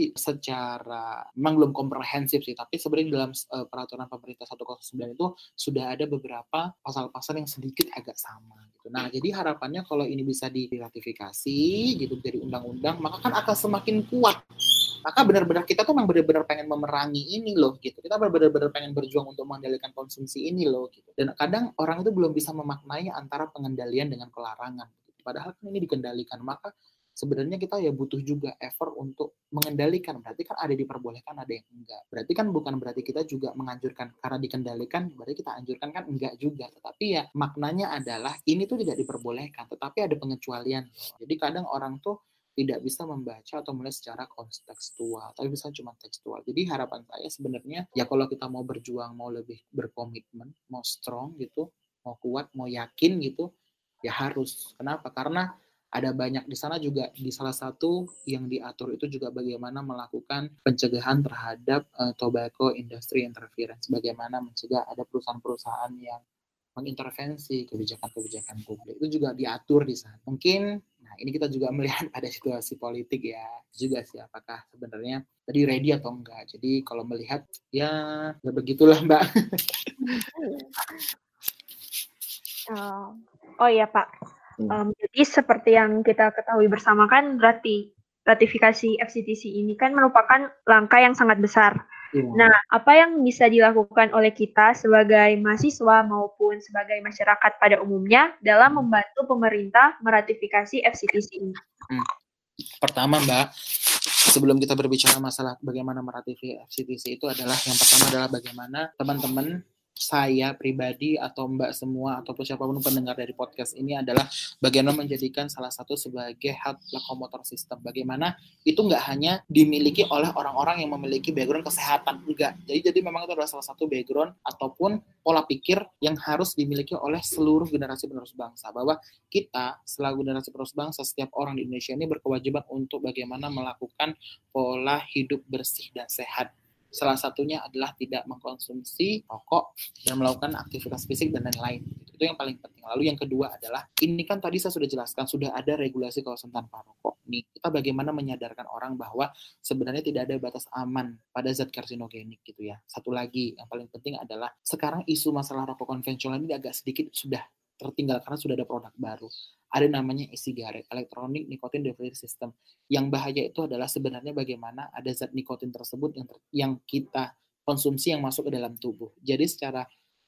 secara memang belum komprehensif sih, tapi sebenarnya di dalam uh, peraturan pemerintah seratus sembilan itu sudah ada beberapa pasal-pasal yang sedikit agak sama gitu. Nah, jadi harapannya kalau ini bisa diratifikasi gitu dari undang-undang, maka kan akan semakin kuat. Maka benar-benar kita tuh memang benar-benar pengen memerangi ini loh gitu. Kita benar-benar pengen berjuang untuk mengendalikan konsumsi ini loh gitu. Dan kadang orang itu belum bisa memaknai antara pengendalian dengan pelarangan gitu. Padahal kan ini dikendalikan. Maka sebenarnya kita ya butuh juga effort untuk mengendalikan. Berarti kan ada diperbolehkan, ada yang enggak. Berarti kan bukan berarti kita juga menganjurkan karena dikendalikan, berarti kita anjurkan kan enggak juga. Tetapi ya maknanya adalah ini tuh tidak diperbolehkan, tetapi ada pengecualian. Jadi kadang orang tuh tidak bisa membaca atau melihat secara kontekstual, tapi bisa cuma tekstual. Jadi harapan saya sebenarnya ya kalau kita mau berjuang, mau lebih berkomitmen, mau strong gitu, mau kuat, mau yakin gitu, ya harus. Kenapa? Karena ada banyak di sana juga, di salah satu yang diatur itu juga bagaimana melakukan pencegahan terhadap uh, tobacco industry interference, bagaimana mencegah ada perusahaan-perusahaan yang mengintervensi kebijakan-kebijakan publik, itu juga diatur di sana. Mungkin, nah ini kita juga melihat ada situasi politik ya, juga sih apakah sebenarnya tadi ready atau enggak. Jadi kalau melihat, ya, ya begitulah Mbak. Oh, oh iya Pak, um, jadi seperti yang kita ketahui bersama kan berarti ratifikasi F C T C ini kan merupakan langkah yang sangat besar. Ya. Nah, apa yang bisa dilakukan oleh kita sebagai mahasiswa maupun sebagai masyarakat pada umumnya dalam membantu pemerintah meratifikasi F C T C ini? Hmm. Pertama, Mbak, sebelum kita berbicara masalah bagaimana meratifikasi F C T C itu adalah yang pertama adalah bagaimana teman-teman saya pribadi atau Mbak semua ataupun siapapun pendengar dari podcast ini adalah bagaimana menjadikan salah satu sebagai health locomotor system. Bagaimana itu nggak hanya dimiliki oleh orang-orang yang memiliki background kesehatan, enggak. Jadi jadi memang itu adalah salah satu background ataupun pola pikir yang harus dimiliki oleh seluruh generasi penerus bangsa. Bahwa kita selalu generasi penerus bangsa, setiap orang di Indonesia ini berkewajiban untuk bagaimana melakukan pola hidup bersih dan sehat. Salah satunya adalah tidak mengkonsumsi rokok dan melakukan aktivitas fisik dan lain-lain. Itu yang paling penting. Lalu yang kedua adalah, ini kan tadi saya sudah jelaskan, sudah ada regulasi kawasan tanpa rokok. Nih, kita bagaimana menyadarkan orang bahwa sebenarnya tidak ada batas aman pada zat karsinogenik gitu ya. Satu lagi, yang paling penting adalah, sekarang isu masalah rokok konvensional ini agak sedikit sudah tertinggal karena sudah ada produk baru. Ada namanya e-cigarette, electronic nicotine delivery system. Yang bahaya itu adalah sebenarnya bagaimana ada zat nikotin tersebut yang, ter- yang kita konsumsi yang masuk ke dalam tubuh. Jadi secara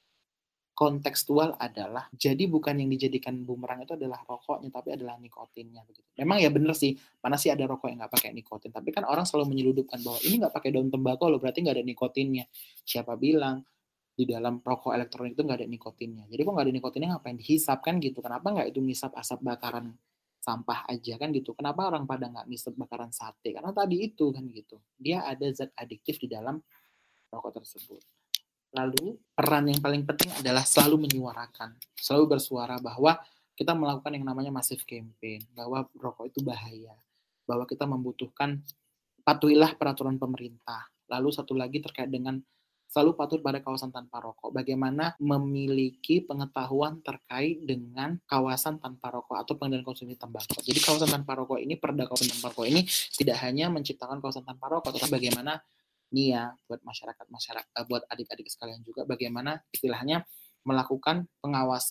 kontekstual adalah, jadi bukan yang dijadikan bumerang itu adalah rokoknya, tapi adalah nikotinnya. Begitu. Memang ya benar sih, mana sih ada rokok yang nggak pakai nikotin. Tapi kan orang selalu menyeludupkan bahwa ini nggak pakai daun tembakau loh, berarti nggak ada nikotinnya. Siapa bilang? Di dalam rokok elektronik itu nggak ada nikotinnya. Jadi kok nggak ada nikotinnya ngapain dihisap kan gitu? Kenapa nggak itu ngisap asap bakaran sampah aja kan gitu? Kenapa orang pada nggak ngisap bakaran sate? Karena tadi itu kan gitu. Dia ada zat adiktif di dalam rokok tersebut. Lalu peran yang paling penting adalah selalu menyuarakan, selalu bersuara bahwa kita melakukan yang namanya massive campaign, bahwa rokok itu bahaya, bahwa kita membutuhkan patuhilah peraturan pemerintah. Lalu satu lagi terkait dengan selalu patuh pada kawasan tanpa rokok. Bagaimana memiliki pengetahuan terkait dengan kawasan tanpa rokok atau pengendalian konsumsi tembakau. Jadi kawasan tanpa rokok ini, perda kawasan tanpa rokok ini tidak hanya menciptakan kawasan tanpa rokok, tetapi bagaimana nih ya buat masyarakat masyarakat buat adik-adik sekalian juga bagaimana istilahnya melakukan pengawasan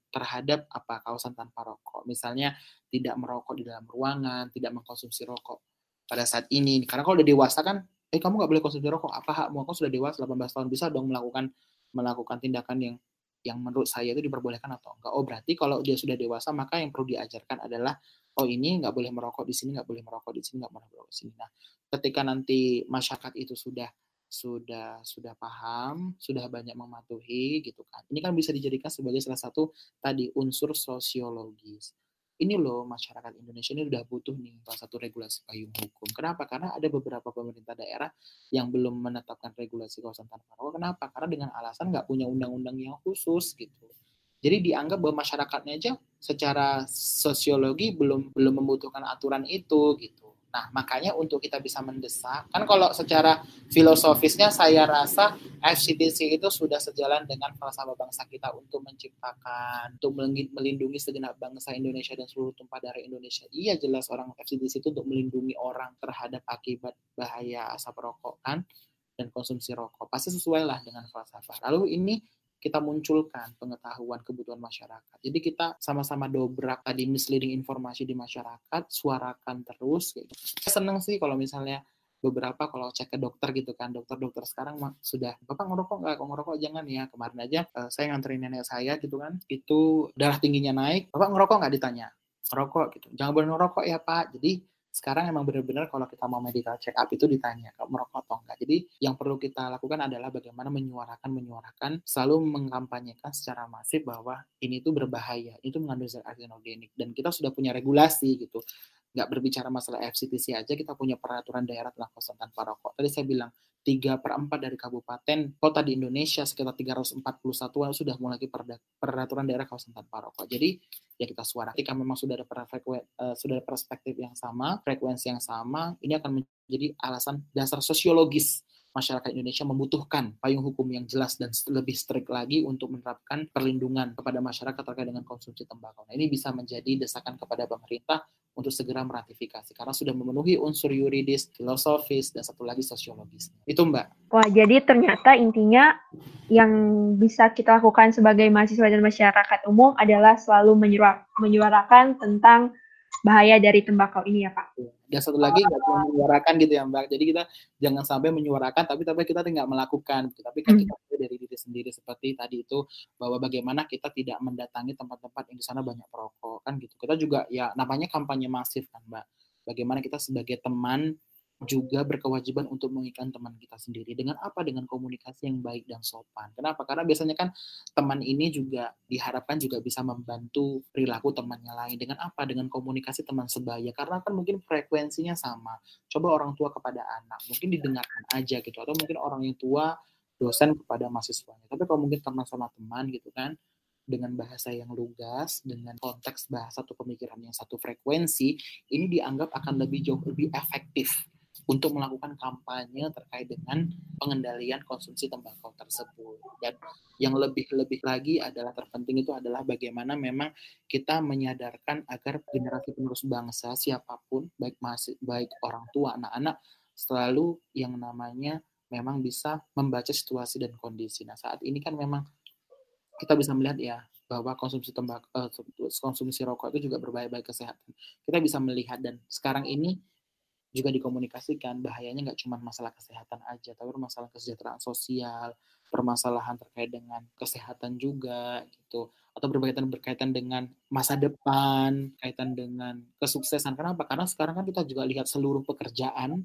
terhadap apa kawasan tanpa rokok. Misalnya tidak merokok di dalam ruangan, tidak mengkonsumsi rokok pada saat ini. Karena kalau udah dewasa kan, eh kamu nggak boleh konsumsi rokok. Apa hakmu? Kamu sudah dewasa delapan belas tahun, bisa dong melakukan melakukan tindakan yang yang menurut saya itu diperbolehkan atau enggak. Oh berarti kalau dia sudah dewasa maka yang perlu diajarkan adalah oh ini nggak boleh merokok di sini, nggak boleh merokok di sini, nggak boleh merokok di sini. Nah ketika nanti masyarakat itu sudah sudah sudah paham, sudah banyak mematuhi gitu kan. Ini kan bisa dijadikan sebagai salah satu tadi unsur sosiologis. Ini loh masyarakat Indonesia ini udah butuh nih salah satu regulasi payung hukum. Kenapa? Karena ada beberapa pemerintah daerah yang belum menetapkan regulasi kawasan tanpa rokok. Kenapa? Karena dengan alasan nggak punya undang-undang yang khusus gitu. Jadi dianggap bahwa masyarakatnya aja secara sosiologi belum belum membutuhkan aturan itu gitu. Nah, makanya untuk kita bisa mendesak, kan kalau secara filosofisnya saya rasa F C T C itu sudah sejalan dengan falsafah bangsa kita untuk menciptakan, untuk melindungi segenap bangsa Indonesia dan seluruh tumpah darah Indonesia. Iya jelas orang F C T C itu untuk melindungi orang terhadap akibat bahaya asap rokok kan, dan konsumsi rokok. Pasti sesuai lah dengan falsafah. Lalu ini kita munculkan pengetahuan kebutuhan masyarakat. Jadi kita sama-sama dobrak tadi misleading informasi di masyarakat, suarakan terus. Gitu. Saya seneng sih kalau misalnya beberapa kalau cek ke dokter gitu kan, dokter-dokter sekarang sudah, Bapak ngerokok nggak? Kok ngerokok jangan ya. Kemarin aja uh, saya nganterin nenek saya gitu kan, itu darah tingginya naik, Bapak ngerokok nggak ditanya? Ngerokok gitu. Jangan boleh ngerokok ya Pak. Jadi sekarang emang benar-benar kalau kita mau medical check up itu ditanya kalau merokok atau enggak. Jadi yang perlu kita lakukan adalah bagaimana menyuarakan, menyuarakan, selalu mengkampanyekan secara masif bahwa ini itu berbahaya, itu mengandung zat karsinogenik dan kita sudah punya regulasi gitu. Nggak berbicara masalah F C T C aja, kita punya peraturan daerah tentang kawasan tanpa rokok. Tadi saya bilang tiga per empat dari kabupaten kota di Indonesia sekitar tiga ratus empat puluh satu sudah memiliki peraturan daerah kawasan tanpa rokok. Jadi ya kita suara. Ketika memang sudah ada uh, sudah ada perspektif yang sama, frekuensi yang sama, ini akan menjadi alasan dasar sosiologis masyarakat Indonesia membutuhkan payung hukum yang jelas dan lebih strict lagi untuk menerapkan perlindungan kepada masyarakat terkait dengan konsumsi tembakau. Nah, ini bisa menjadi desakan kepada pemerintah untuk segera meratifikasi karena sudah memenuhi unsur yuridis, filosofis, dan satu lagi sosiologis. Itu Mbak. Wah, jadi ternyata intinya yang bisa kita lakukan sebagai mahasiswa dan masyarakat umum adalah selalu menyuarakan tentang bahaya dari tembakau ini ya Pak. Dan satu lagi nggak cuma menyuarakan gitu ya Mbak. Jadi kita jangan sampai menyuarakan tapi tapi kita nggak melakukan. Tapi kan kita hmm. dari diri sendiri seperti tadi itu bahwa bagaimana kita tidak mendatangi tempat-tempat yang di sana banyak perokok kan gitu. Kita juga ya namanya kampanye masif kan Mbak. Bagaimana kita sebagai teman juga berkewajiban untuk mengingatkan teman kita sendiri dengan apa? Dengan komunikasi yang baik dan sopan. Kenapa? Karena biasanya kan teman ini juga diharapkan juga bisa membantu perilaku temannya lain. Dengan apa? Dengan komunikasi teman sebaya. Karena kan mungkin frekuensinya sama. Coba orang tua kepada anak, mungkin didengarkan aja gitu. Atau mungkin orang yang tua, dosen kepada mahasiswanya. Tapi kalau mungkin teman sama teman gitu kan, dengan bahasa yang lugas, dengan konteks bahasa atau pemikiran yang satu frekuensi, ini dianggap akan lebih jauh lebih efektif untuk melakukan kampanye terkait dengan pengendalian konsumsi tembakau tersebut. Dan yang lebih-lebih lagi adalah terpenting itu adalah bagaimana memang kita menyadarkan agar generasi penerus bangsa siapapun, baik masih baik orang tua, anak-anak, selalu yang namanya memang bisa membaca situasi dan kondisi. Nah saat ini kan memang kita bisa melihat ya bahwa konsumsi tembakau, eh, konsumsi rokok itu juga berbahaya bagi kesehatan. Kita bisa melihat dan sekarang ini juga dikomunikasikan bahayanya nggak cuma masalah kesehatan aja, tapi masalah kesejahteraan sosial, permasalahan terkait dengan kesehatan juga gitu, atau berkaitan berkaitan dengan masa depan, kaitan dengan kesuksesan. Kenapa? Karena sekarang kan kita juga lihat seluruh pekerjaan,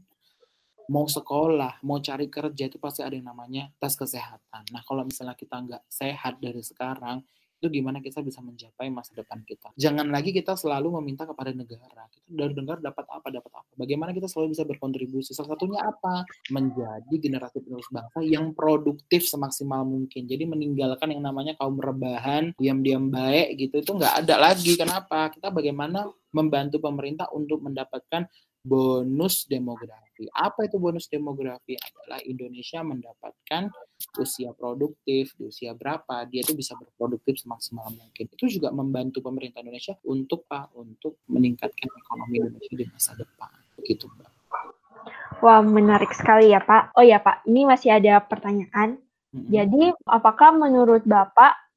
mau sekolah, mau cari kerja itu pasti ada yang namanya tes kesehatan. Nah kalau misalnya kita nggak sehat dari sekarang, itu gimana kita bisa mencapai masa depan kita. Jangan lagi kita selalu meminta kepada negara. Kita dari negara dapat apa, dapat apa. Bagaimana kita selalu bisa berkontribusi. Salah satunya apa? Menjadi generasi penerus bangsa yang produktif semaksimal mungkin. Jadi meninggalkan yang namanya kaum rebahan, diam-diam baik gitu. Itu nggak ada lagi. Kenapa? Kita bagaimana membantu pemerintah untuk mendapatkan bonus demografi. Apa itu bonus demografi? Adalah Indonesia mendapatkan usia produktif, di usia berapa, dia itu bisa berproduktif semaksimal mungkin. Itu juga membantu pemerintah Indonesia untuk Pak, untuk meningkatkan ekonomi Indonesia di masa depan. Begitu, Mbak. Wah, menarik sekali ya, Pak. Oh ya, Pak, ini masih ada pertanyaan. Mm-hmm. Jadi, apakah menurut Bapak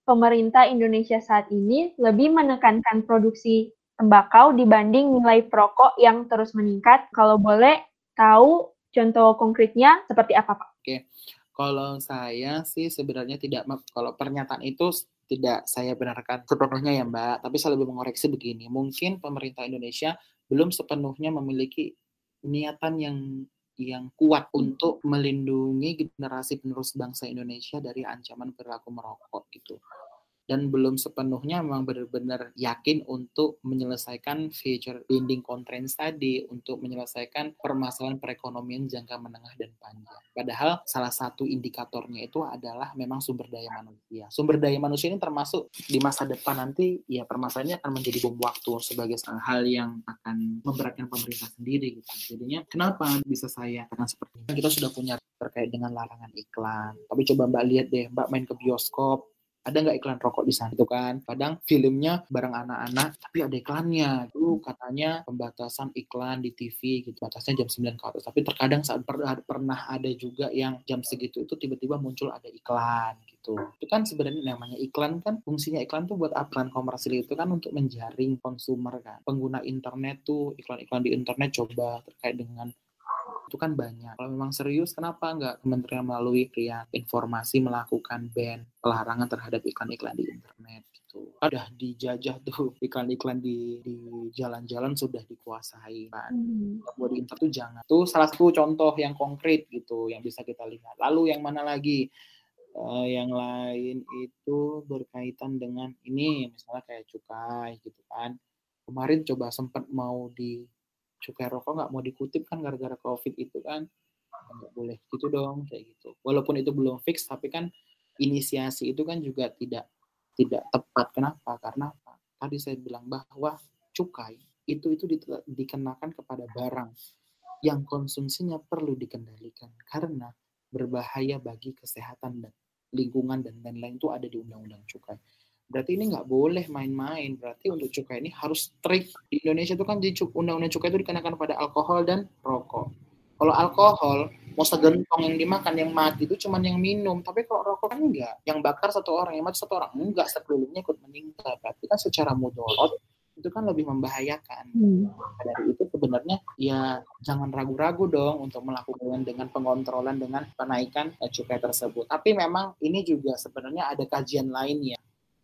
pemerintah Indonesia saat ini lebih menekankan produksi tembakau dibanding nilai perokok yang terus meningkat? Kalau boleh tahu contoh konkretnya seperti apa, Pak? Oke, kalau saya sih sebenarnya tidak, kalau pernyataan itu tidak saya benarkan sepenuhnya ya Mbak, tapi saya lebih mengoreksi begini, mungkin pemerintah Indonesia belum sepenuhnya memiliki niatan yang yang kuat untuk melindungi generasi penerus bangsa Indonesia dari ancaman perilaku merokok gitu. Dan belum sepenuhnya memang benar-benar yakin untuk menyelesaikan future binding constraints tadi, untuk menyelesaikan permasalahan perekonomian jangka menengah dan panjang. Padahal salah satu indikatornya itu adalah memang sumber daya manusia. Sumber daya manusia ini termasuk di masa depan nanti, ya permasalahannya akan menjadi bom waktu sebagai hal yang akan memberatkan pemerintah sendiri gitu. Jadinya kenapa bisa saya katakan seperti ini? Kita sudah punya terkait dengan larangan iklan. Tapi coba Mbak lihat deh, Mbak main ke bioskop, ada nggak iklan rokok di sana itu kan? Kadang filmnya bareng anak-anak, tapi ada iklannya. Itu katanya pembatasan iklan di T V gitu, batasnya jam sembilan ke atas. Tapi terkadang saat per, pernah ada juga yang jam segitu itu tiba-tiba muncul ada iklan gitu. Itu kan sebenarnya namanya iklan kan, fungsinya iklan tuh buat iklan komersil itu kan untuk menjaring konsumer kan. Pengguna internet tuh, iklan-iklan di internet coba terkait dengan itu kan banyak. Kalau memang serius, kenapa nggak kementerian melalui Rian Informasi melakukan ban, pelarangan terhadap iklan-iklan di internet gitu. Ada dijajah tuh iklan-iklan di, di jalan-jalan sudah dikuasai kan. Hmm. Buat di internet tuh jangan. Itu salah satu contoh yang konkret gitu yang bisa kita lihat. Lalu yang mana lagi? Uh, yang lain itu berkaitan dengan ini, misalnya kayak cukai gitu kan. Kemarin coba sempat mau di cukai rokok nggak mau dikutip kan gara-gara COVID itu kan, nggak boleh gitu dong kayak gitu. Walaupun itu belum fix, tapi kan inisiasi itu kan juga tidak tidak tepat. Kenapa? Karena apa? Tadi saya bilang bahwa cukai itu itu di, dikenakan kepada barang yang konsumsinya perlu dikendalikan karena berbahaya bagi kesehatan dan lingkungan dan lain-lain itu ada di undang-undang cukai. Berarti ini nggak boleh main-main. Berarti untuk cukai ini harus strict. Di Indonesia itu kan di undang-undang cukai itu dikenakan pada alkohol dan rokok. Kalau alkohol, mau segentong yang dimakan, yang mati itu cuma yang minum. Tapi kalau rokok kan enggak. Yang bakar satu orang, yang mati satu orang. Enggak, sekelilingnya ikut meninggal. Berarti kan secara mudorot itu kan lebih membahayakan. Hmm. Dari itu sebenarnya ya jangan ragu-ragu dong untuk melakukan dengan pengontrolan dengan penaikan cukai tersebut. Tapi memang ini juga sebenarnya ada kajian lainnya.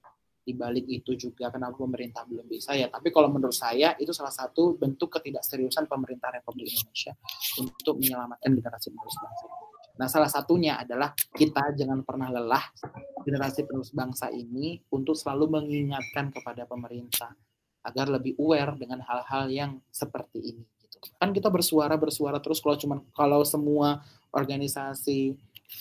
Di balik itu juga kenapa pemerintah belum bisa ya, tapi kalau menurut saya itu salah satu bentuk ketidakseriusan pemerintah Republik Indonesia untuk menyelamatkan generasi penerus bangsa. Nah, salah satunya adalah kita jangan pernah lelah generasi penerus bangsa ini untuk selalu mengingatkan kepada pemerintah agar lebih aware dengan hal-hal yang seperti ini gitu. Kan kita bersuara bersuara terus kalau cuma kalau semua organisasi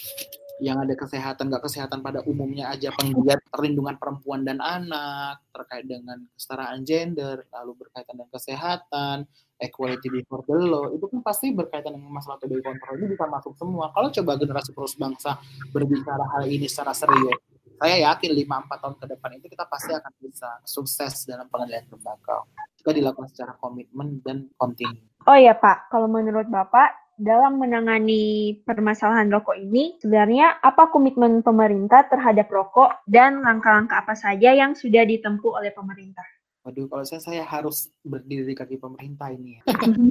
yang ada kesehatan, nggak kesehatan pada umumnya aja, penggiat perlindungan perempuan dan anak, terkait dengan kesetaraan gender, lalu berkaitan dengan kesehatan, equality before the law, itu kan pasti berkaitan dengan masalah T B I kontrol, ini bisa masuk semua. Kalau coba generasi penerus bangsa berbicara hal ini secara serius, saya yakin lima empat tahun ke depan itu kita pasti akan bisa sukses dalam pengendalian tembakau. Jika dilakukan secara komitmen dan kontinu. Oh ya Pak, kalau menurut Bapak, dalam menangani permasalahan rokok ini, sebenarnya apa komitmen pemerintah terhadap rokok dan langkah-langkah apa saja yang sudah ditempuh oleh pemerintah? Waduh, kalau saya, saya harus berdiri di kaki pemerintah ini ya.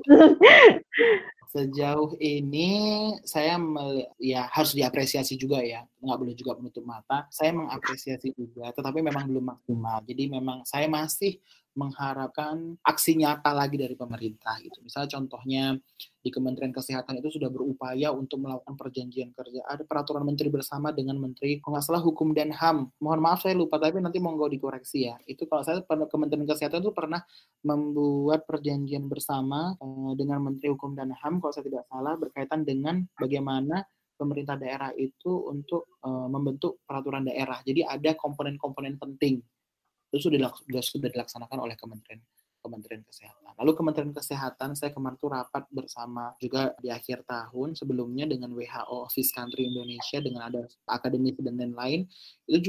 Sejauh ini saya mel- ya harus diapresiasi juga ya, nggak boleh juga menutup mata. Saya mengapresiasi juga, tetapi memang belum maksimal. Jadi memang saya masih mengharapkan aksi nyata lagi dari pemerintah gitu. Misalnya contohnya di Kementerian Kesehatan itu sudah berupaya untuk melakukan perjanjian kerja. Ada peraturan menteri bersama dengan menteri, kalau nggak salah Hukum dan H A M. Mohon maaf saya lupa, tapi nanti monggo dikoreksi ya. Itu kalau saya Kementerian Kesehatan itu pernah membuat perjanjian bersama uh, dengan Menteri Hukum dan H A M kalau saya tidak salah berkaitan dengan bagaimana pemerintah daerah itu untuk uh, membentuk peraturan daerah. Jadi ada komponen-komponen penting. Itu sudah, sudah dilaksanakan oleh Kementerian Kementerian Kesehatan. Lalu Kementerian Kesehatan saya kemarin tuh rapat bersama juga di akhir tahun sebelumnya dengan W H O Office Country Indonesia dengan ada akademisi dan lain-lain. Itu juga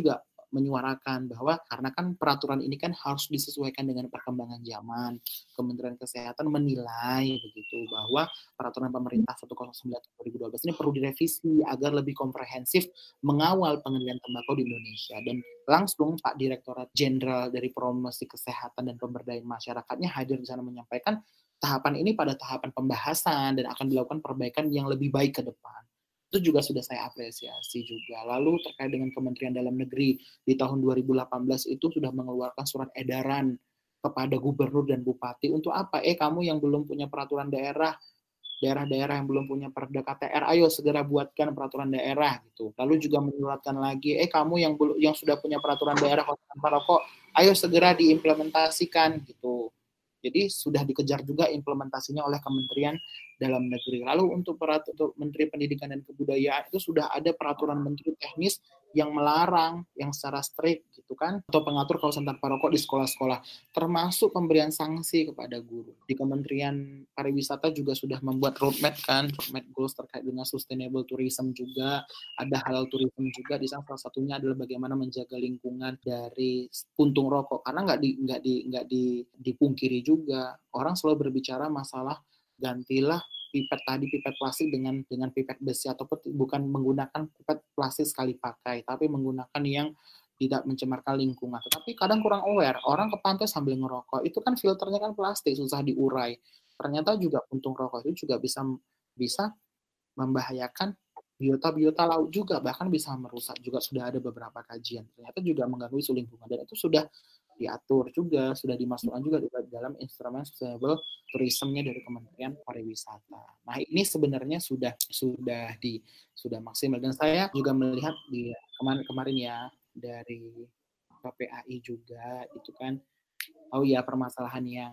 menyuarakan bahwa karena kan peraturan ini kan harus disesuaikan dengan perkembangan zaman. Kementerian Kesehatan menilai begitu bahwa peraturan pemerintah seratus sembilan tahun dua ribu dua belas ini perlu direvisi agar lebih komprehensif mengawal pengendalian tembakau di Indonesia. Dan langsung Pak Direktorat Jenderal dari Promosi Kesehatan dan Pemberdayaan Masyarakatnya hadir di sana menyampaikan tahapan ini pada tahapan pembahasan dan akan dilakukan perbaikan yang lebih baik ke depan. Itu juga sudah saya apresiasi juga. Lalu terkait dengan Kementerian Dalam Negeri di tahun dua ribu delapan belas itu sudah mengeluarkan surat edaran kepada gubernur dan bupati untuk apa? Eh kamu yang belum punya peraturan daerah, daerah-daerah yang belum punya Perda K T R, ayo segera buatkan peraturan daerah gitu. Lalu juga menyuratkan lagi, eh kamu yang belum yang sudah punya peraturan daerah tanpa rokok, ayo segera diimplementasikan gitu. Jadi sudah dikejar juga implementasinya oleh Kementerian Dalam Negeri. Lalu untuk peraturan untuk Menteri Pendidikan dan Kebudayaan itu sudah ada peraturan menteri teknis yang melarang, yang secara strict gitu kan, atau pengatur kawasan tanpa rokok di sekolah-sekolah, termasuk pemberian sanksi kepada guru. Di Kementerian Pariwisata juga sudah membuat roadmap kan, roadmap goals terkait dengan sustainable tourism juga, ada halal tourism juga. Di sana salah satunya adalah bagaimana menjaga lingkungan dari puntung rokok, karena nggak di nggak di nggak di, dipungkiri juga orang selalu berbicara masalah gantilah pipet tadi pipet plastik dengan dengan pipet besi atau bukan menggunakan pipet plastik sekali pakai, tapi menggunakan yang tidak mencemarkan lingkungan. Tetapi kadang kurang aware, orang ke pantai sambil ngerokok, itu kan filternya kan plastik, susah diurai. Ternyata juga puntung rokok itu juga bisa bisa membahayakan biota-biota laut juga, bahkan bisa merusak juga. Sudah ada beberapa kajian, ternyata juga mengganggu isu lingkungan, dan itu sudah diatur juga, sudah dimasukkan juga dalam instrumen sustainable tourism-nya dari Kementerian Pariwisata. Nah, ini sebenarnya sudah sudah di sudah maksimal, dan saya juga melihat di kemarin-kemarin ya dari K P A I juga itu kan, oh ya permasalahan yang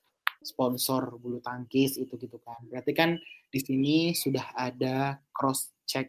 sponsor bulu tangkis itu gitu kan. Berarti kan di sini sudah ada cross check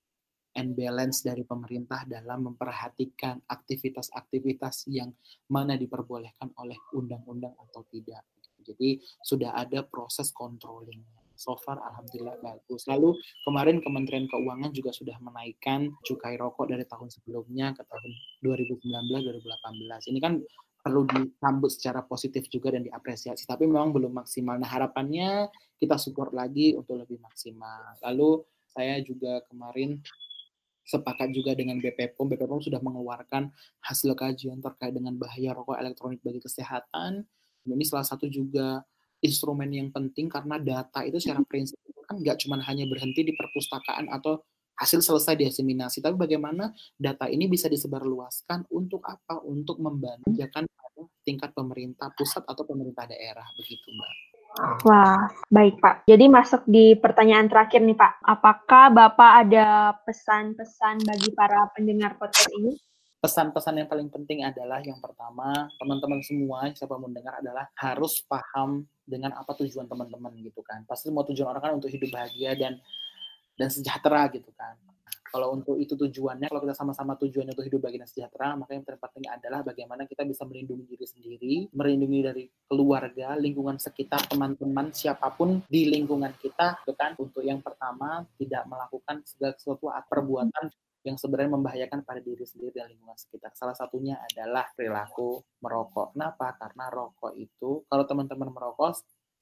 and balance dari pemerintah dalam memperhatikan aktivitas-aktivitas yang mana diperbolehkan oleh undang-undang atau tidak. Jadi sudah ada proses controlling. So far alhamdulillah bagus. Lalu kemarin Kementerian Keuangan juga sudah menaikkan cukai rokok dari tahun sebelumnya ke tahun dua ribu sembilan belas dua ribu delapan belas. Ini kan perlu disambut secara positif juga dan diapresiasi, tapi memang belum maksimal. Nah, harapannya kita support lagi untuk lebih maksimal. Lalu saya juga kemarin sepakat juga dengan B P P O M. B P P O M sudah mengeluarkan hasil kajian terkait dengan bahaya rokok elektronik bagi kesehatan. Ini salah satu juga instrumen yang penting karena data itu secara prinsip kan nggak cuma hanya berhenti di perpustakaan atau hasil selesai diseminasi, tapi bagaimana data ini bisa disebarluaskan untuk apa? Untuk membantu pada tingkat pemerintah pusat atau pemerintah daerah, begitu Mbak. Wah, baik Pak. Jadi masuk di pertanyaan terakhir nih Pak. Apakah Bapak ada pesan-pesan bagi para pendengar podcast ini? Pesan-pesan yang paling penting adalah yang pertama, teman-teman semua siapa mendengar adalah harus paham dengan apa tujuan teman-teman gitu kan. Pasti semua tujuan orang kan untuk hidup bahagia dan dan sejahtera gitu kan. Kalau untuk itu tujuannya, kalau kita sama-sama tujuannya untuk hidup bahagia dan sejahtera, maka yang terpenting adalah bagaimana kita bisa melindungi diri sendiri, melindungi dari keluarga, lingkungan sekitar, teman-teman, siapapun di lingkungan kita, gitu kan. Untuk yang pertama, tidak melakukan segala sesuatu perbuatan yang sebenarnya membahayakan pada diri sendiri dan lingkungan sekitar. Salah satunya adalah perilaku merokok. Kenapa? Karena rokok itu, kalau teman-teman merokok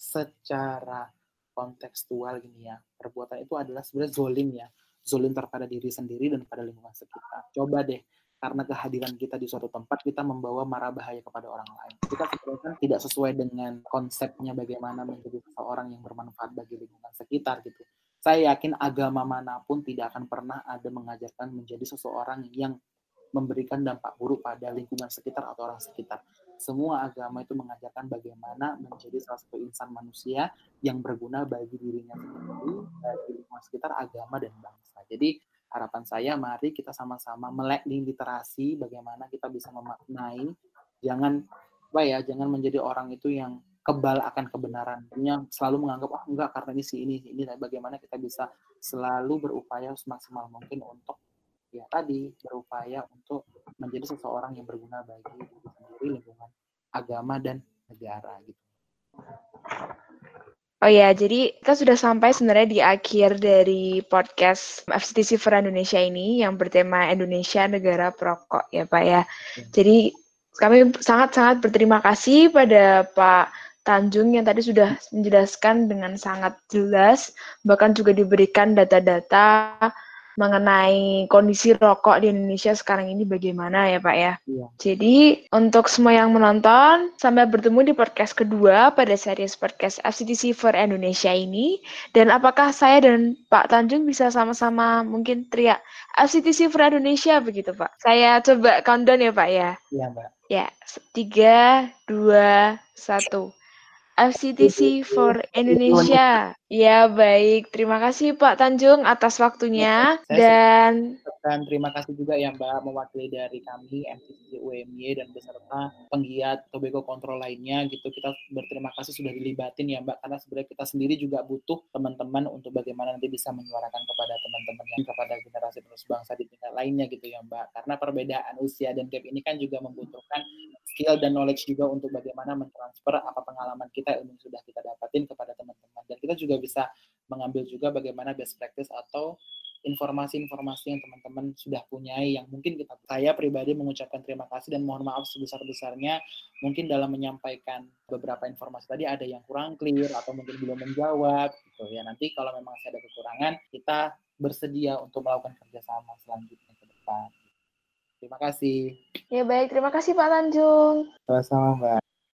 secara kontekstual gini ya, perbuatan itu adalah sebenarnya zolim ya, zolim terhadap diri sendiri dan pada lingkungan sekitar. Coba deh, karena kehadiran kita di suatu tempat, kita membawa mara bahaya kepada orang lain. Kita sebenarnya tidak sesuai dengan konsepnya bagaimana menjadi seseorang yang bermanfaat bagi lingkungan sekitar gitu. Saya yakin agama manapun tidak akan pernah ada mengajarkan menjadi seseorang yang memberikan dampak buruk pada lingkungan sekitar atau orang sekitar. Semua agama itu mengajarkan bagaimana menjadi salah satu insan manusia yang berguna bagi dirinya sendiri, bagi lingkungan sekitar, agama, dan bangsa. Jadi harapan saya, mari kita sama-sama melek di literasi, bagaimana kita bisa memaknai, jangan apa ya, jangan menjadi orang itu yang kebal akan kebenaran, yang selalu menganggap oh enggak karena ini si ini ini. Bagaimana kita bisa selalu berupaya semaksimal mungkin untuk ya tadi berupaya untuk menjadi seseorang yang berguna bagi diri sendiri, lingkungan, agama, dan negara gitu. Oh ya, jadi kita sudah sampai sebenarnya di akhir dari podcast F C T C for Indonesia ini yang bertema Indonesia Negara Perokok ya Pak ya. Jadi kami sangat-sangat berterima kasih pada Pak Tanjung yang tadi sudah menjelaskan dengan sangat jelas, bahkan juga diberikan data-data mengenai kondisi rokok di Indonesia sekarang ini bagaimana ya Pak ya. Iya. Jadi untuk semua yang menonton, sampai bertemu di podcast kedua pada series podcast F C T C for Indonesia ini. Dan apakah saya dan Pak Tanjung bisa sama-sama mungkin teriak F C T C for Indonesia begitu Pak? Saya coba countdown ya Pak ya. Iya, Mbak. Ya, tiga, dua, satu. F C T C for Indonesia. Ya, baik. Terima kasih Pak Tanjung atas waktunya. Saya Dan Dan terima kasih juga ya Mbak mewakili dari kami M T C U M Y dan beserta penggiat tobacco control lainnya gitu. Kita berterima kasih sudah dilibatin ya Mbak, karena sebenarnya kita sendiri juga butuh teman-teman untuk bagaimana nanti bisa menyuarakan kepada teman-teman yang kepada generasi penerus bangsa di tingkat lainnya gitu ya Mbak. Karena perbedaan usia dan gap ini kan juga membutuhkan skill dan knowledge juga untuk bagaimana mentransfer apa pengalaman kita, ilmu yang sudah kita dapatin kepada teman-teman. Dan kita juga bisa mengambil juga bagaimana best practice atau informasi-informasi yang teman-teman sudah punyai yang mungkin kita saya pribadi mengucapkan terima kasih dan mohon maaf sebesar-besarnya mungkin dalam menyampaikan beberapa informasi tadi ada yang kurang clear atau mungkin belum menjawab gitu ya. Nanti kalau memang saya ada kekurangan, kita bersedia untuk melakukan kerjasama selanjutnya ke depan. Terima kasih. Ya baik, terima kasih Pak Tanjung. Sama-sama Mbak.